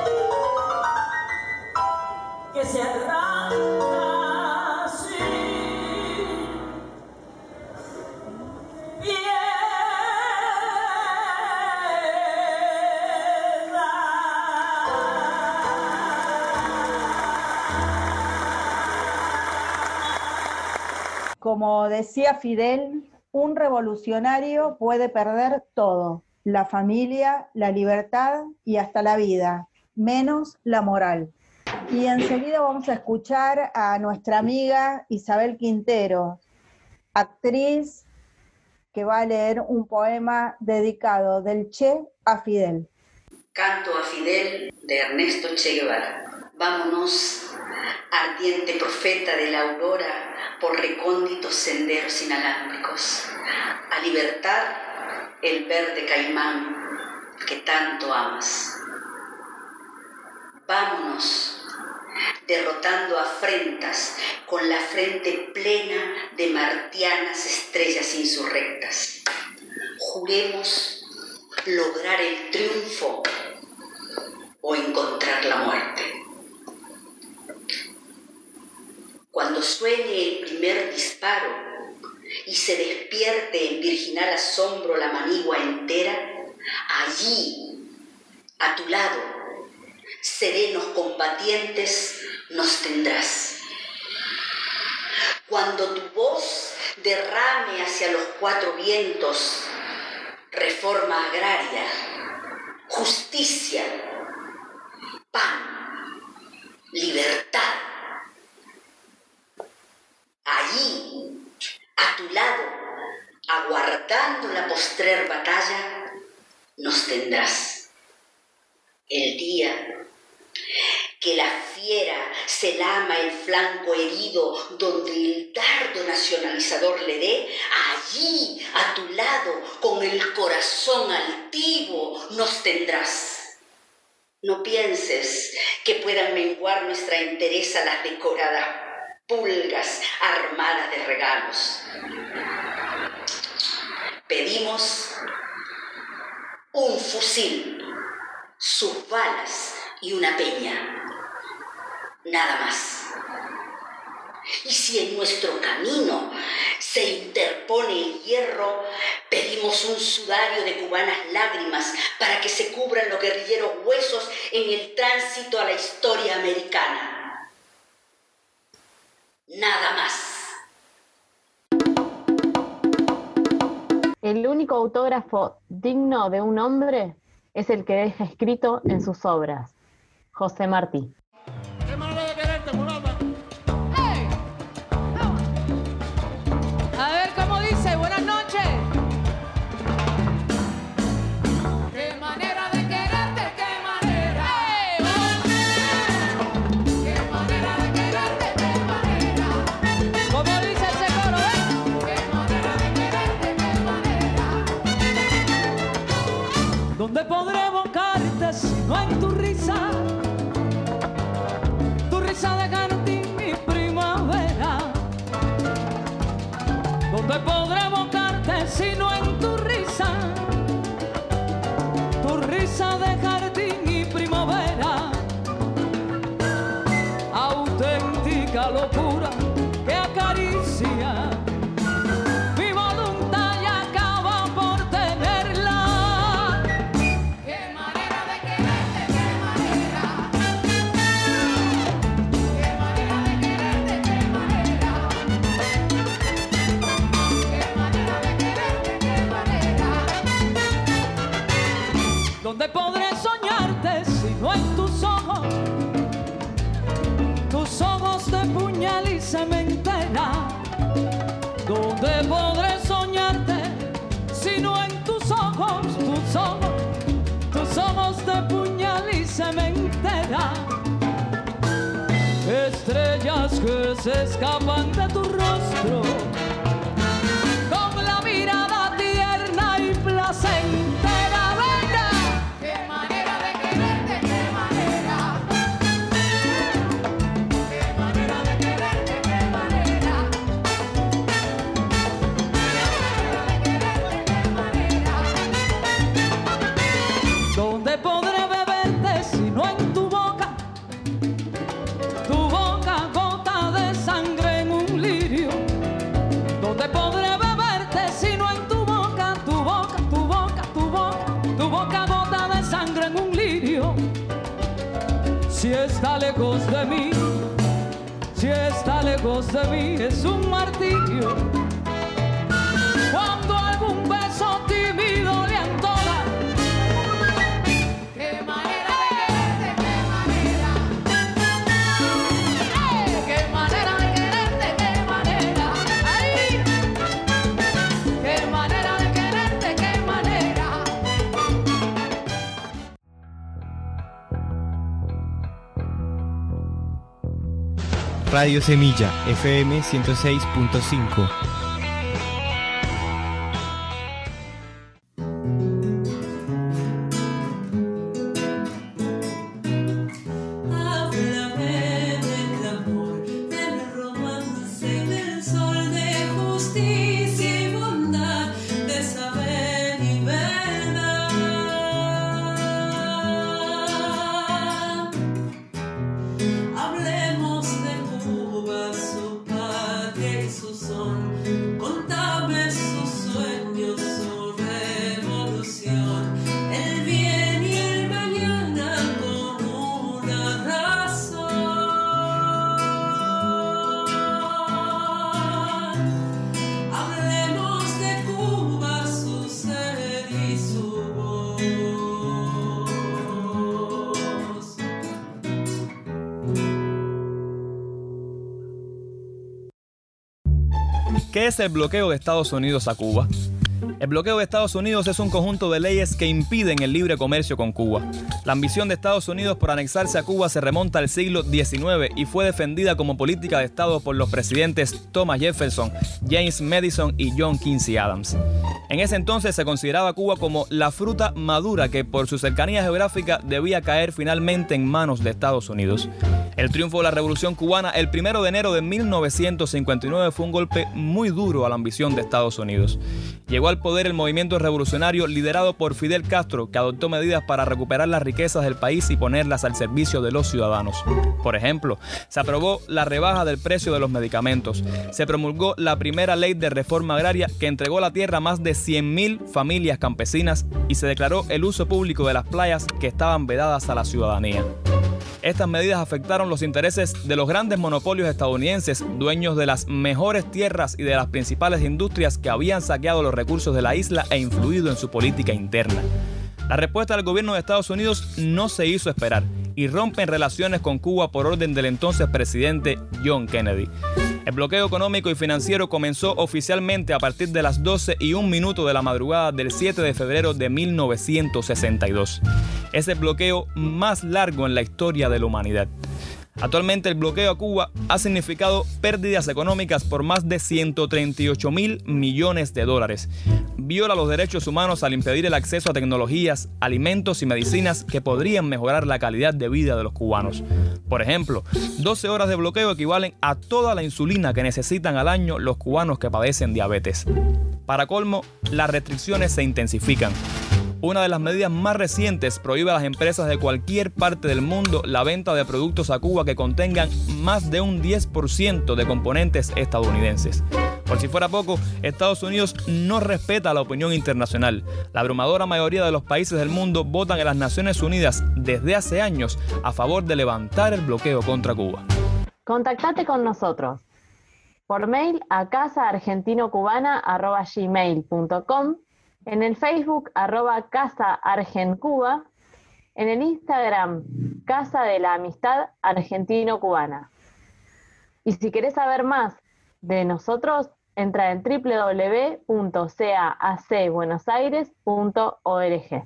Speaker 13: que se arranca sin
Speaker 6: como decía Fidel, un revolucionario puede perder todo, la familia, la libertad y hasta la vida, menos la moral. Y enseguida vamos a escuchar a nuestra amiga Isabel Quintero, actriz, que va a leer un poema dedicado del Che a Fidel.
Speaker 14: Canto a Fidel de Ernesto Che Guevara. Vámonos, ardiente profeta de la aurora, por recónditos senderos inalámbricos, a libertar el verde caimán que tanto amas. Vámonos, derrotando afrentas con la frente plena de martianas estrellas insurrectas. Juremos lograr el triunfo o encontrar la muerte. Cuando suene el primer disparo y se despierte en virginal asombro la manigua entera, allí, a tu lado, serenos combatientes, nos tendrás. Cuando tu voz derrame hacia los cuatro vientos reforma agraria, justicia, pan, libertad, allí, a tu lado, aguardando la postrer batalla, nos tendrás. El día que la fiera se lama el flanco herido donde el dardo nacionalizador le dé, allí, a tu lado, con el corazón altivo, nos tendrás. No pienses que puedan menguar nuestra entereza las decoradas pulgas armadas de regalos. Pedimos un fusil, sus balas y una peña. Nada más. Y si en nuestro camino se interpone el hierro, pedimos un sudario de cubanas lágrimas para que se cubran los guerrilleros huesos en el tránsito a la historia americana. Nada más.
Speaker 8: El único autógrafo digno de un hombre es el que deja escrito en sus obras. José Martí.
Speaker 9: A ver cómo dice, buenas noches. Qué manera de quererte, qué manera. Qué manera de quererte, qué manera. Como dice ese coro, ¿eh? Qué manera de quererte, qué manera. ¿Dónde podré evocarte si no en tu risa? Tu risa de jardín, mi primavera. ¿Dónde podré evocarte si no en tu risa? Tu risa de jardín y primavera. Auténtica locura que acaricia mi voluntad y acaba por tenerla. Qué manera de quererte, qué manera. Qué manera de quererte, qué manera. ¿Dónde podré soñarte si no en tus ojos? Tus ojos de puñal y cementera. ¿Dónde podré soñarte si no en tus ojos? Tus ojos, tus ojos de puñal y cementera. Estrellas que se escapan de tu rostro con la mirada tierna y placentera. ¿Dónde podré beberte si no en tu boca? Tu boca gota de sangre en un lirio. si está lejos de mí es un martirio. Cuando algún beso tímido le entona, qué manera de quererte, qué manera, qué manera de quererte, qué manera, ay, qué manera de quererte, qué manera.
Speaker 1: Radio Semilla, F M ciento seis punto cinco.
Speaker 15: ¿Qué es el bloqueo de Estados Unidos a Cuba? El bloqueo de Estados Unidos es un conjunto de leyes que impiden el libre comercio con Cuba. La ambición de Estados Unidos por anexarse a Cuba se remonta al siglo diecinueve y fue defendida como política de Estado por los presidentes Thomas Jefferson, James Madison y John Quincy Adams. En ese entonces se consideraba a Cuba como la fruta madura que por su cercanía geográfica debía caer finalmente en manos de Estados Unidos. El triunfo de la Revolución Cubana el primero de enero de mil novecientos cincuenta y nueve fue un golpe muy duro a la ambición de Estados Unidos. Llegó al poder el movimiento revolucionario liderado por Fidel Castro, que adoptó medidas para recuperar las riquezas del país y ponerlas al servicio de los ciudadanos. Por ejemplo, se aprobó la rebaja del precio de los medicamentos, se promulgó la primera ley de reforma agraria que entregó la tierra a más de cien mil familias campesinas y se declaró el uso público de las playas que estaban vedadas a la ciudadanía. Estas medidas afectaron los intereses de los grandes monopolios estadounidenses, dueños de las mejores tierras y de las principales industrias que habían saqueado los recursos de la isla e influido en su política interna. La respuesta del gobierno de Estados Unidos no se hizo esperar y rompen relaciones con Cuba por orden del entonces presidente John Kennedy. El bloqueo económico y financiero comenzó oficialmente a partir de las doce y un minuto de la madrugada del siete de febrero de mil novecientos sesenta y dos. Es el bloqueo más largo en la historia de la humanidad. Actualmente el bloqueo a Cuba ha significado pérdidas económicas por más de ciento treinta y ocho mil millones de dólares. Viola los derechos humanos al impedir el acceso a tecnologías, alimentos y medicinas que podrían mejorar la calidad de vida de los cubanos. Por ejemplo, doce horas de bloqueo equivalen a toda la insulina que necesitan al año los cubanos que padecen diabetes. Para colmo, las restricciones se intensifican. Una de las medidas más recientes prohíbe a las empresas de cualquier parte del mundo la venta de productos a Cuba que contengan más de un diez por ciento de componentes estadounidenses. Por si fuera poco, Estados Unidos no respeta la opinión internacional. La abrumadora mayoría de los países del mundo votan en las Naciones Unidas desde hace años a favor de levantar el bloqueo contra Cuba.
Speaker 8: Contactate con nosotros por mail a casa argentino cubana arroba gmail punto com, en el Facebook arroba Casa Argencuba, en el Instagram Casa de la Amistad Argentino-Cubana. Y si querés saber más de nosotros, entra en doble u doble u doble u punto c a a c buenos aires punto org.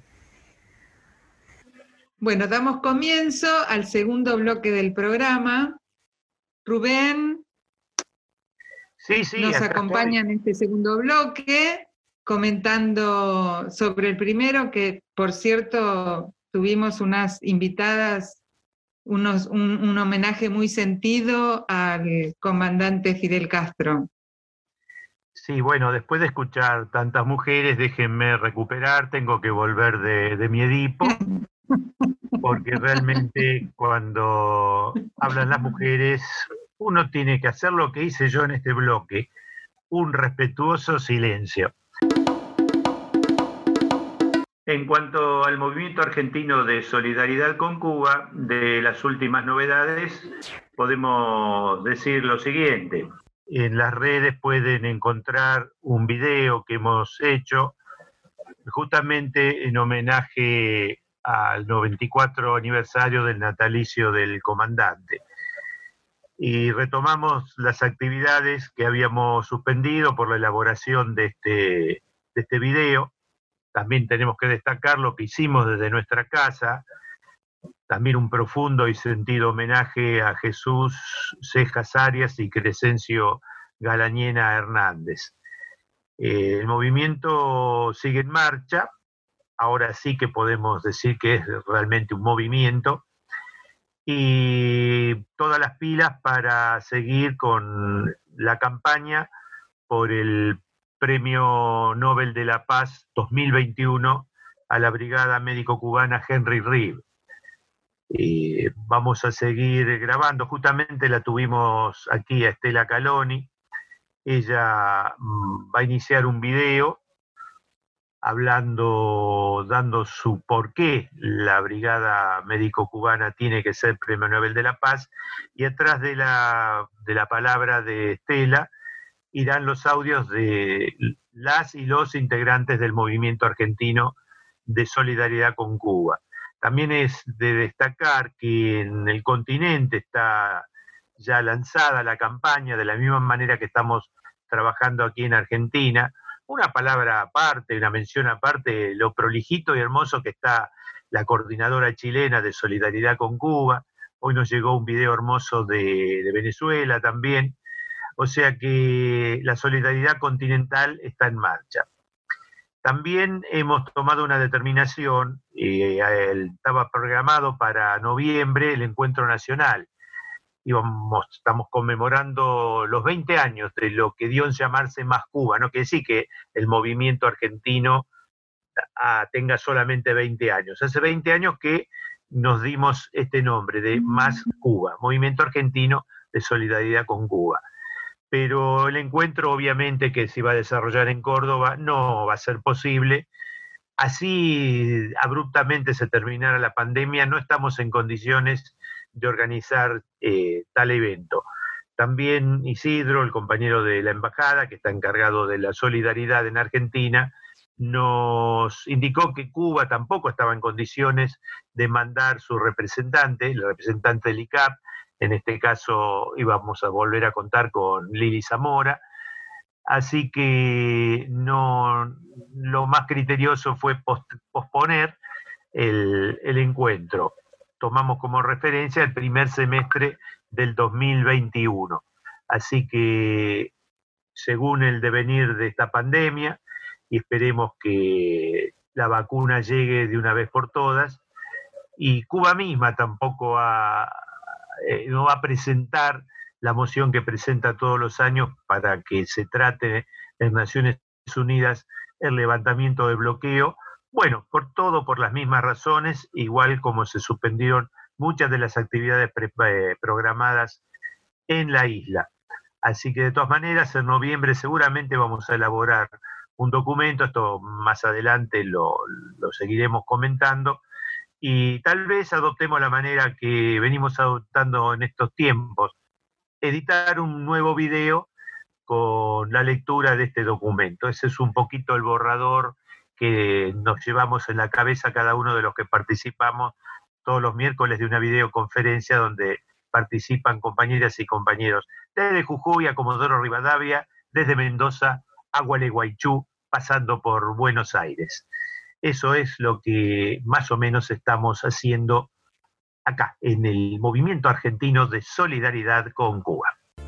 Speaker 5: Bueno, damos comienzo al segundo bloque del programa. Rubén
Speaker 3: sí, sí,
Speaker 5: nos acompaña en este segundo bloque, comentando sobre el primero, que por cierto tuvimos unas invitadas, unos, un, un homenaje muy sentido al comandante Fidel Castro.
Speaker 3: Sí, bueno, después de escuchar tantas mujeres, déjenme recuperar, tengo que volver de, de mi Edipo, porque realmente cuando hablan las mujeres, uno tiene que hacer lo que hice yo en este bloque, un respetuoso silencio. En cuanto al movimiento argentino de solidaridad con Cuba, de las últimas novedades, podemos decir lo siguiente. En las redes pueden encontrar un video que hemos hecho justamente en homenaje al noventa y cuatro aniversario del natalicio del comandante. Y retomamos las actividades que habíamos suspendido por la elaboración de este, de este video. También tenemos que destacar lo que hicimos desde nuestra casa, también un profundo y sentido homenaje a Jesús Cejas Arias y Crescencio Galañena Hernández. Eh, el movimiento sigue en marcha, ahora sí que podemos decir que es realmente un movimiento, y todas las pilas para seguir con la campaña por el Premio Nobel de la Paz dos mil veintiuno a la Brigada Médico Cubana Henry Reeve. Y vamos a seguir grabando, justamente la tuvimos aquí a Estela Caloni. Ella mmm, va a iniciar un video hablando, dando su por qué la Brigada Médico Cubana tiene que ser Premio Nobel de la Paz, y atrás de la, de la palabra de Estela irán los audios de las y los integrantes del movimiento argentino de solidaridad con Cuba. También es de destacar que en el continente está ya lanzada la campaña, de la misma manera que estamos trabajando aquí en Argentina. Una palabra aparte, una mención aparte, lo prolijito y hermoso que está la coordinadora chilena de solidaridad con Cuba. Hoy nos llegó un video hermoso de, de Venezuela también. O sea que la solidaridad continental está en marcha. También hemos tomado una determinación, eh, estaba programado para noviembre el encuentro nacional. Íbamos, estamos conmemorando los veinte años de lo que dio en llamarse Más Cuba. No quiere decir que el movimiento argentino ah, tenga solamente veinte años. Hace veinte años que nos dimos este nombre de Más Cuba, Movimiento Argentino de Solidaridad con Cuba. Pero el encuentro obviamente que se va a desarrollar en Córdoba no va a ser posible. Así abruptamente se terminara la pandemia, no estamos en condiciones de organizar eh, tal evento. También Isidro, el compañero de la embajada, que está encargado de la solidaridad en Argentina, nos indicó que Cuba tampoco estaba en condiciones de mandar su representante, el representante del I C A P. En este caso íbamos a volver a contar con Lili Zamora, así que no, lo más criterioso fue post, posponer el, el encuentro. Tomamos como referencia el primer semestre del dos mil veintiuno. Así que, según el devenir de esta pandemia, y esperemos que la vacuna llegue de una vez por todas, y Cuba misma tampoco ha... Eh, no va a presentar la moción que presenta todos los años para que se trate en Naciones Unidas el levantamiento de bloqueo. Bueno, por todo, por las mismas razones, igual como se suspendieron muchas de las actividades pre eh, programadas en la isla. Así que de todas maneras, en noviembre seguramente vamos a elaborar un documento, esto más adelante lo, lo seguiremos comentando, y tal vez adoptemos la manera que venimos adoptando en estos tiempos, editar un nuevo video con la lectura de este documento. Ese es un poquito el borrador que nos llevamos en la cabeza cada uno de los que participamos todos los miércoles de una videoconferencia donde participan compañeras y compañeros desde Jujuy a Comodoro Rivadavia, desde Mendoza a Gualeguaychú, pasando por Buenos Aires. Eso es lo que más o menos estamos haciendo acá, en el Movimiento Argentino de Solidaridad con Cuba.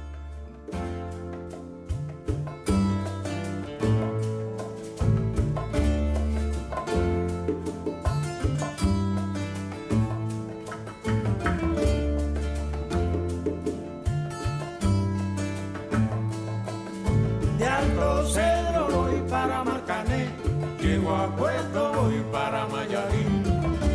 Speaker 13: De Alto Cedro voy para Marcané, llego a Puerto, voy para Mayarín.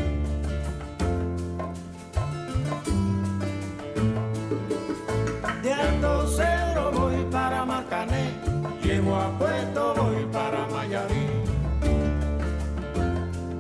Speaker 13: De Alto Cedro voy para Marcané, llego a Puerto, voy para Mayarín.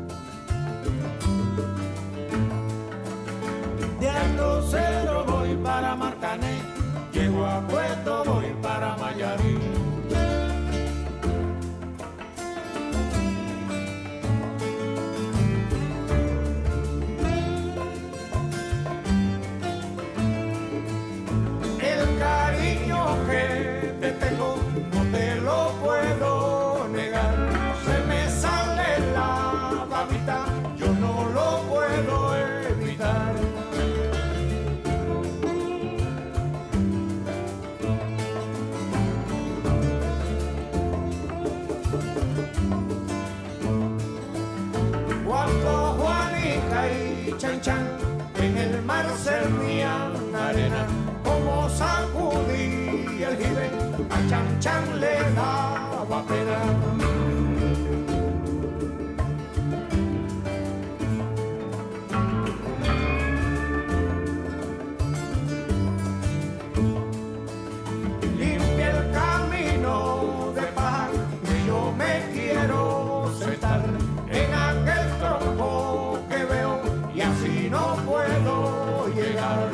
Speaker 4: chan chan, en el mar servían arena, como sacudía el jibe, a chan chan le daba pena. En aquel tronco que veo y así no puedo llegar.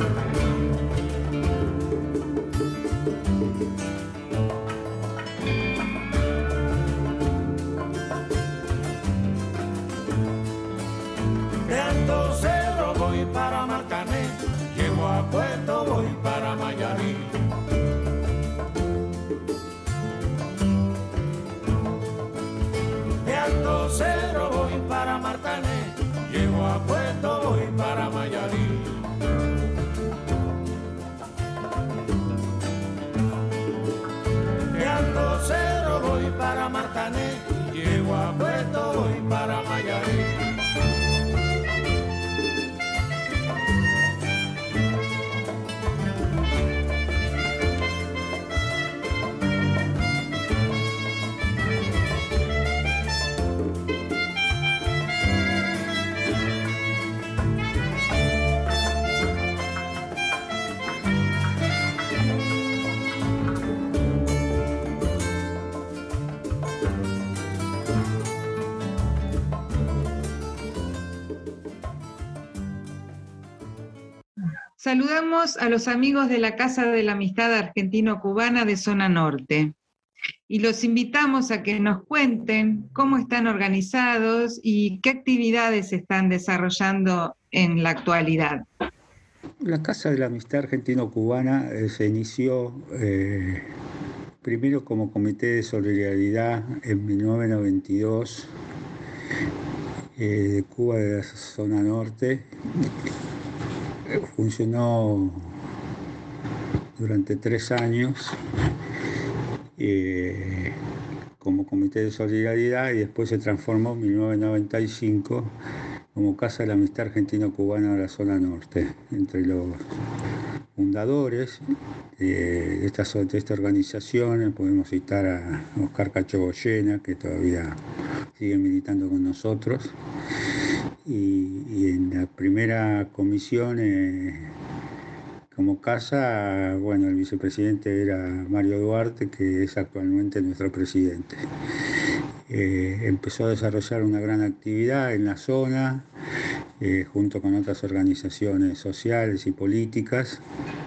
Speaker 4: De Alto Cerro voy para Marcané, llego a Puerto, voy para Mayarí. Alto Cerro voy para Marcané, llego a Puerto, voy para Mayarí. De Alto Cerro voy para Marcané, llego a Puerto, voy para Mayarí.
Speaker 5: Saludamos a los amigos de la Casa de la Amistad Argentino-Cubana de Zona Norte y los invitamos a que nos cuenten cómo están organizados y qué actividades están desarrollando en la actualidad.
Speaker 16: La Casa de la Amistad Argentino-Cubana eh, se inició eh, primero como Comité de Solidaridad en mil novecientos noventa y dos eh, de Cuba de la Zona Norte. Funcionó durante tres años eh, como Comité de Solidaridad y después se transformó en mil novecientos noventa y cinco como Casa de la Amistad Argentino-Cubana de la Zona Norte. Entre los fundadores eh, de, esta, de esta organización podemos citar a Oscar Cachogoyena, que todavía sigue militando con nosotros. Y, y en la primera comisión eh, como casa, bueno, el vicepresidente era Mario Duarte, que es actualmente nuestro presidente. Eh, empezó a desarrollar una gran actividad en la zona, eh, junto con otras organizaciones sociales y políticas,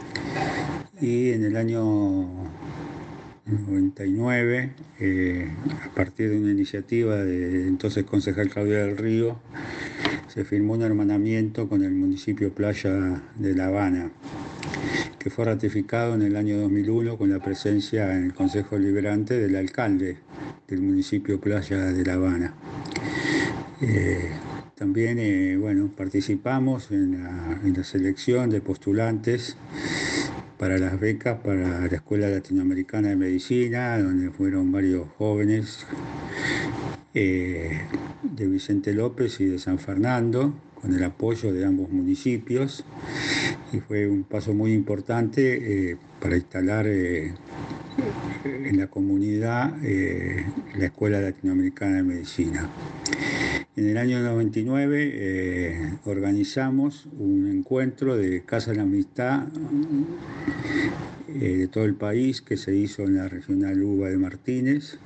Speaker 16: y en el año noventa y nueve, eh, a partir de una iniciativa de entonces concejal Claudia del Río, se firmó un hermanamiento con el municipio Playa de La Habana, que fue ratificado en el año dos mil uno con la presencia en el Consejo Deliberante del alcalde del municipio Playa de La Habana. Eh, también eh, bueno, participamos en la, en la selección de postulantes para las becas para la Escuela Latinoamericana de Medicina, donde fueron varios jóvenes eh, de Vicente López y de San Fernando, con el apoyo de ambos municipios, y fue un paso muy importante eh, para instalar eh, en la comunidad eh, la Escuela Latinoamericana de Medicina. En el año noventa y nueve eh, organizamos un encuentro de Casa de la Amistad eh, de todo el país, que se hizo en la regional Uva de Martínez,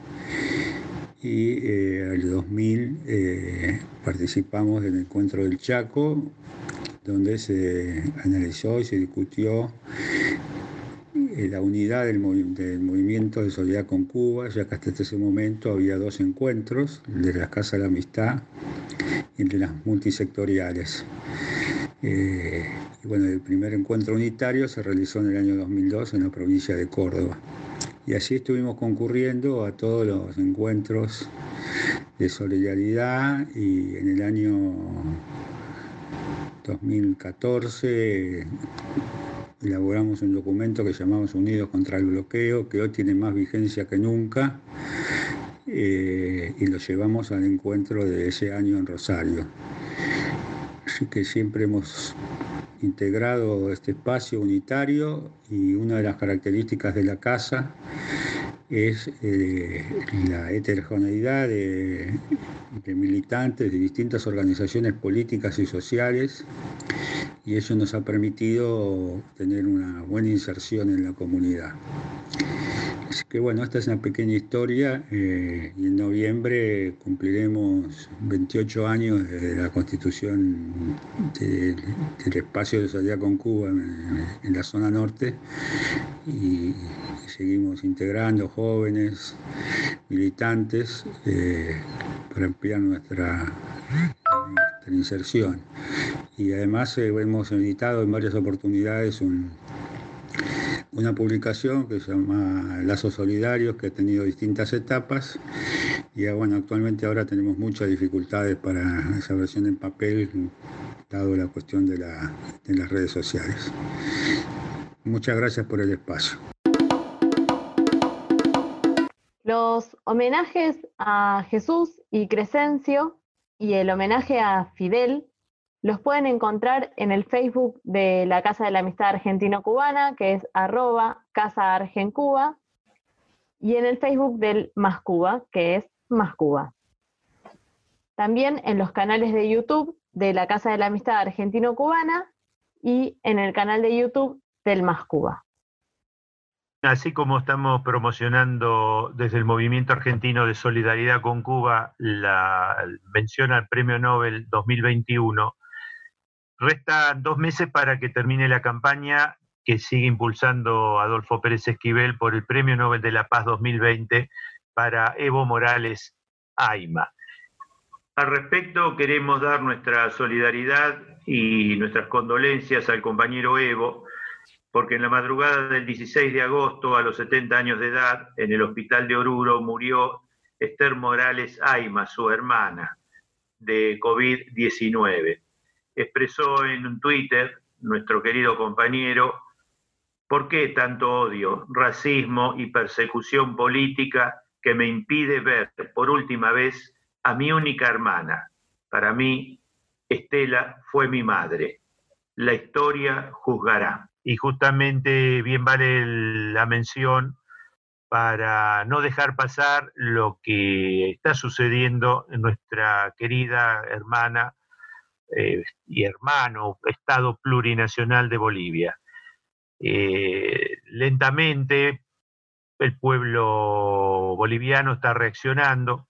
Speaker 16: y eh, al dos mil eh, participamos del encuentro del Chaco, donde se analizó y se discutió eh, la unidad del, movi- del movimiento de solidaridad con Cuba, ya que hasta ese momento había dos encuentros, el de la Casa de la Amistad y el de las multisectoriales. Eh, y bueno, el primer encuentro unitario se realizó en el año dos mil dos en la provincia de Córdoba. Y así estuvimos concurriendo a todos los encuentros de solidaridad, y en el año dos mil catorce elaboramos un documento que llamamos Unidos contra el Bloqueo, que hoy tiene más vigencia que nunca, eh, y lo llevamos al encuentro de ese año en Rosario. que siempre hemos integrado este espacio unitario, y una de las características de la casa es eh, la heterogeneidad de, de militantes de distintas organizaciones políticas y sociales, y eso nos ha permitido tener una buena inserción en la comunidad. Así que bueno, esta es una pequeña historia, eh, y en noviembre cumpliremos veintiocho años de la constitución de, del espacio de solidaridad con Cuba en, en la zona norte, y, y seguimos integrando jóvenes, militantes, eh, para ampliar nuestra, nuestra inserción. Y además eh, hemos editado en varias oportunidades un una publicación que se llama Lazos Solidarios, que ha tenido distintas etapas, y bueno, actualmente ahora tenemos muchas dificultades para esa versión en papel, dado la cuestión de, la, de las redes sociales. Muchas gracias por el espacio.
Speaker 8: Los homenajes a Jesús y Crescencio y el homenaje a Fidel los pueden encontrar en el Facebook de la Casa de la Amistad Argentino-Cubana, que es arroba Casa Argencuba, y en el Facebook del Más Cuba, que es Más Cuba. También en los canales de YouTube de la Casa de la Amistad Argentino-Cubana y en el canal de YouTube del Más Cuba.
Speaker 3: Así como estamos promocionando desde el Movimiento Argentino de Solidaridad con Cuba la mención al Premio Nobel dos mil veintiuno, restan dos meses para que termine la campaña que sigue impulsando Adolfo Pérez Esquivel por el Premio Nobel de la Paz dos mil veinte para Evo Morales Ayma. Al respecto, queremos dar nuestra solidaridad y nuestras condolencias al compañero Evo, porque en la madrugada del dieciséis de agosto, a los setenta años de edad, en el hospital de Oruro, murió Esther Morales Ayma, su hermana, de COVID diecinueve. Expresó en un Twitter, nuestro querido compañero, ¿por qué tanto odio, racismo y persecución política que me impide ver por última vez a mi única hermana? Para mí, Estela fue mi madre. La historia juzgará. Y justamente bien vale la mención para no dejar pasar lo que está sucediendo en nuestra querida hermana eh, y hermano Estado plurinacional de Bolivia. Eh, lentamente el pueblo boliviano está reaccionando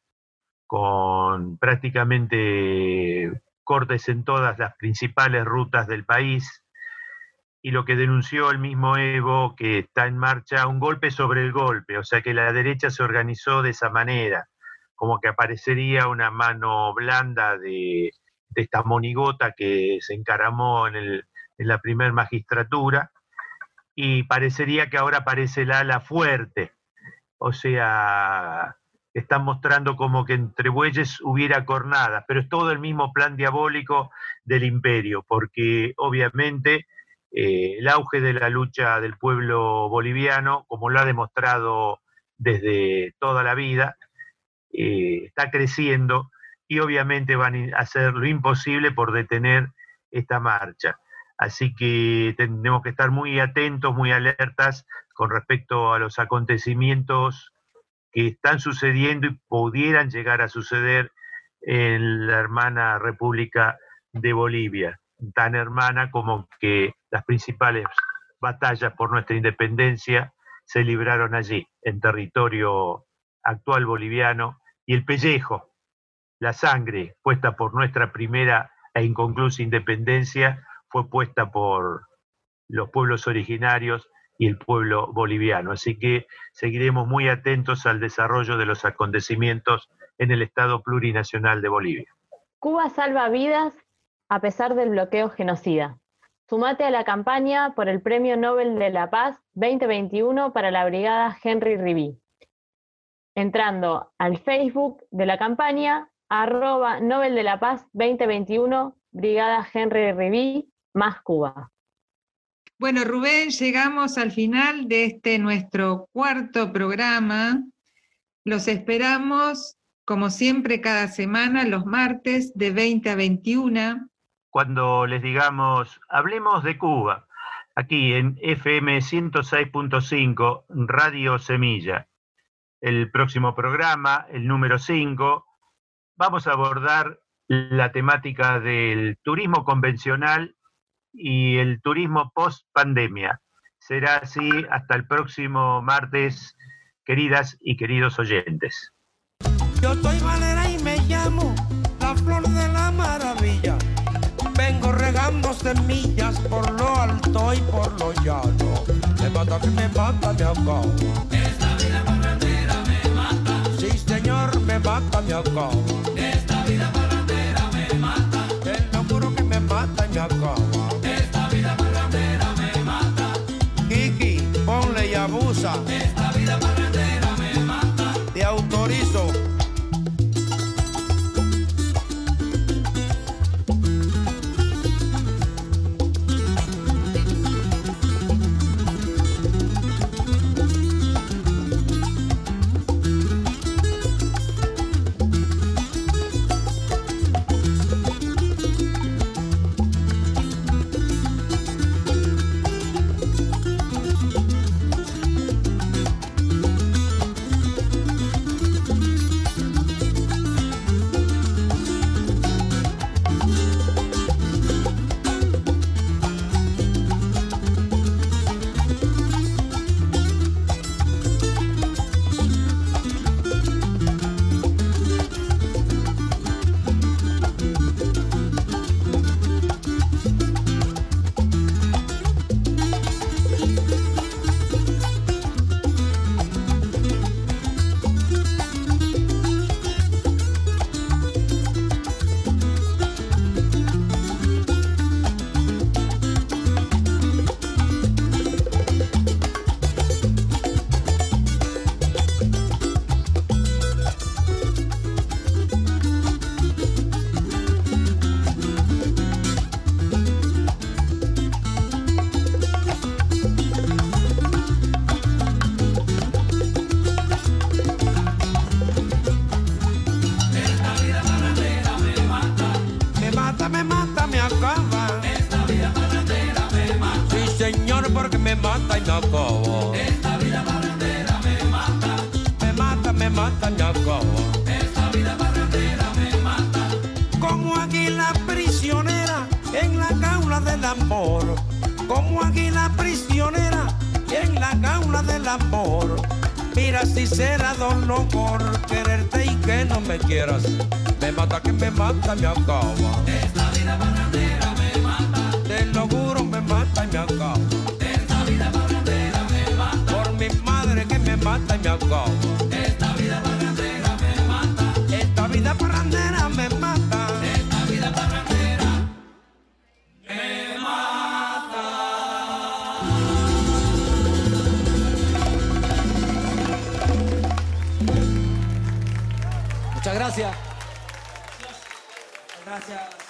Speaker 3: con prácticamente cortes en todas las principales rutas del país, y lo que denunció el mismo Evo, que está en marcha un golpe sobre el golpe, o sea que la derecha se organizó de esa manera, como que aparecería una mano blanda de, de esta monigota que se encaramó en, el, en la primer magistratura, y parecería que ahora aparece el ala fuerte, o sea, están mostrando como que entre bueyes hubiera cornadas, pero es todo el mismo plan diabólico del imperio, porque obviamente Eh, el auge de la lucha del pueblo boliviano, como lo ha demostrado desde toda la vida, eh, está creciendo, y obviamente van a hacer lo imposible por detener esta marcha. Así que tenemos que estar muy atentos, muy alertas con respecto a los acontecimientos que están sucediendo y pudieran llegar a suceder en la hermana República de Bolivia, tan hermana como que las principales batallas por nuestra independencia se libraron allí, en territorio actual boliviano, y el pellejo, la sangre puesta por nuestra primera e inconclusa independencia, fue puesta por los pueblos originarios y el pueblo boliviano. Así que seguiremos muy atentos al desarrollo de los acontecimientos en el Estado plurinacional de Bolivia.
Speaker 8: Cuba salva vidas a pesar del bloqueo genocida. Sumate a la campaña por el Premio Nobel de la Paz veinte veintiuno para la Brigada Henry Ribí, entrando al Facebook de la campaña, arroba Nobel de la Paz veinte veintiuno, Brigada Henry Ribí, Más Cuba.
Speaker 5: Bueno, Rubén, llegamos al final de este nuestro cuarto programa. Los esperamos, como siempre, cada semana, los martes de veinte a veintiuna.
Speaker 3: cuando les digamos, hablemos de Cuba, aquí en F M ciento seis punto cinco, Radio Semilla. El próximo programa, el número cinco, vamos a abordar la temática del turismo convencional y el turismo post-pandemia. Será así hasta el próximo martes, queridas y queridos oyentes.
Speaker 17: Yo soy Valera y me llamo la flor de la maravilla. Vengo regando semillas por lo alto y por lo llano. Me mata que me mata, me acabo.
Speaker 13: Esta vida parrandera me mata.
Speaker 17: Sí, señor, me mata, me acabo.
Speaker 13: Esta vida parrandera me mata.
Speaker 17: Te lo juro que me mata y me acaba.
Speaker 13: Esta vida parrandera me mata.
Speaker 17: Kiki, ponle y abusa.
Speaker 13: Esta vida parrandera me mata.
Speaker 17: Te autorizo. Porque me mata y me acabo.
Speaker 13: Esta vida parrandera me mata.
Speaker 17: Me mata, me mata y me acabo.
Speaker 13: Esta vida parrandera me mata.
Speaker 17: Como águila prisionera en la jaula del amor. Como águila prisionera en la jaula del amor. Mira si será dolor por quererte y que no me quieras. Me mata que me mata y me acaba.
Speaker 13: Esta vida parrandera me mata.
Speaker 17: Te lo juro, me mata y me acaba.
Speaker 13: Esta vida parrandera me mata.
Speaker 17: Por mi madre que me mata y me acaba.
Speaker 13: Esta vida parrandera me mata.
Speaker 17: Esta vida parrandera me mata.
Speaker 13: Esta vida parrandera me mata.
Speaker 18: Muchas gracias. Gracias.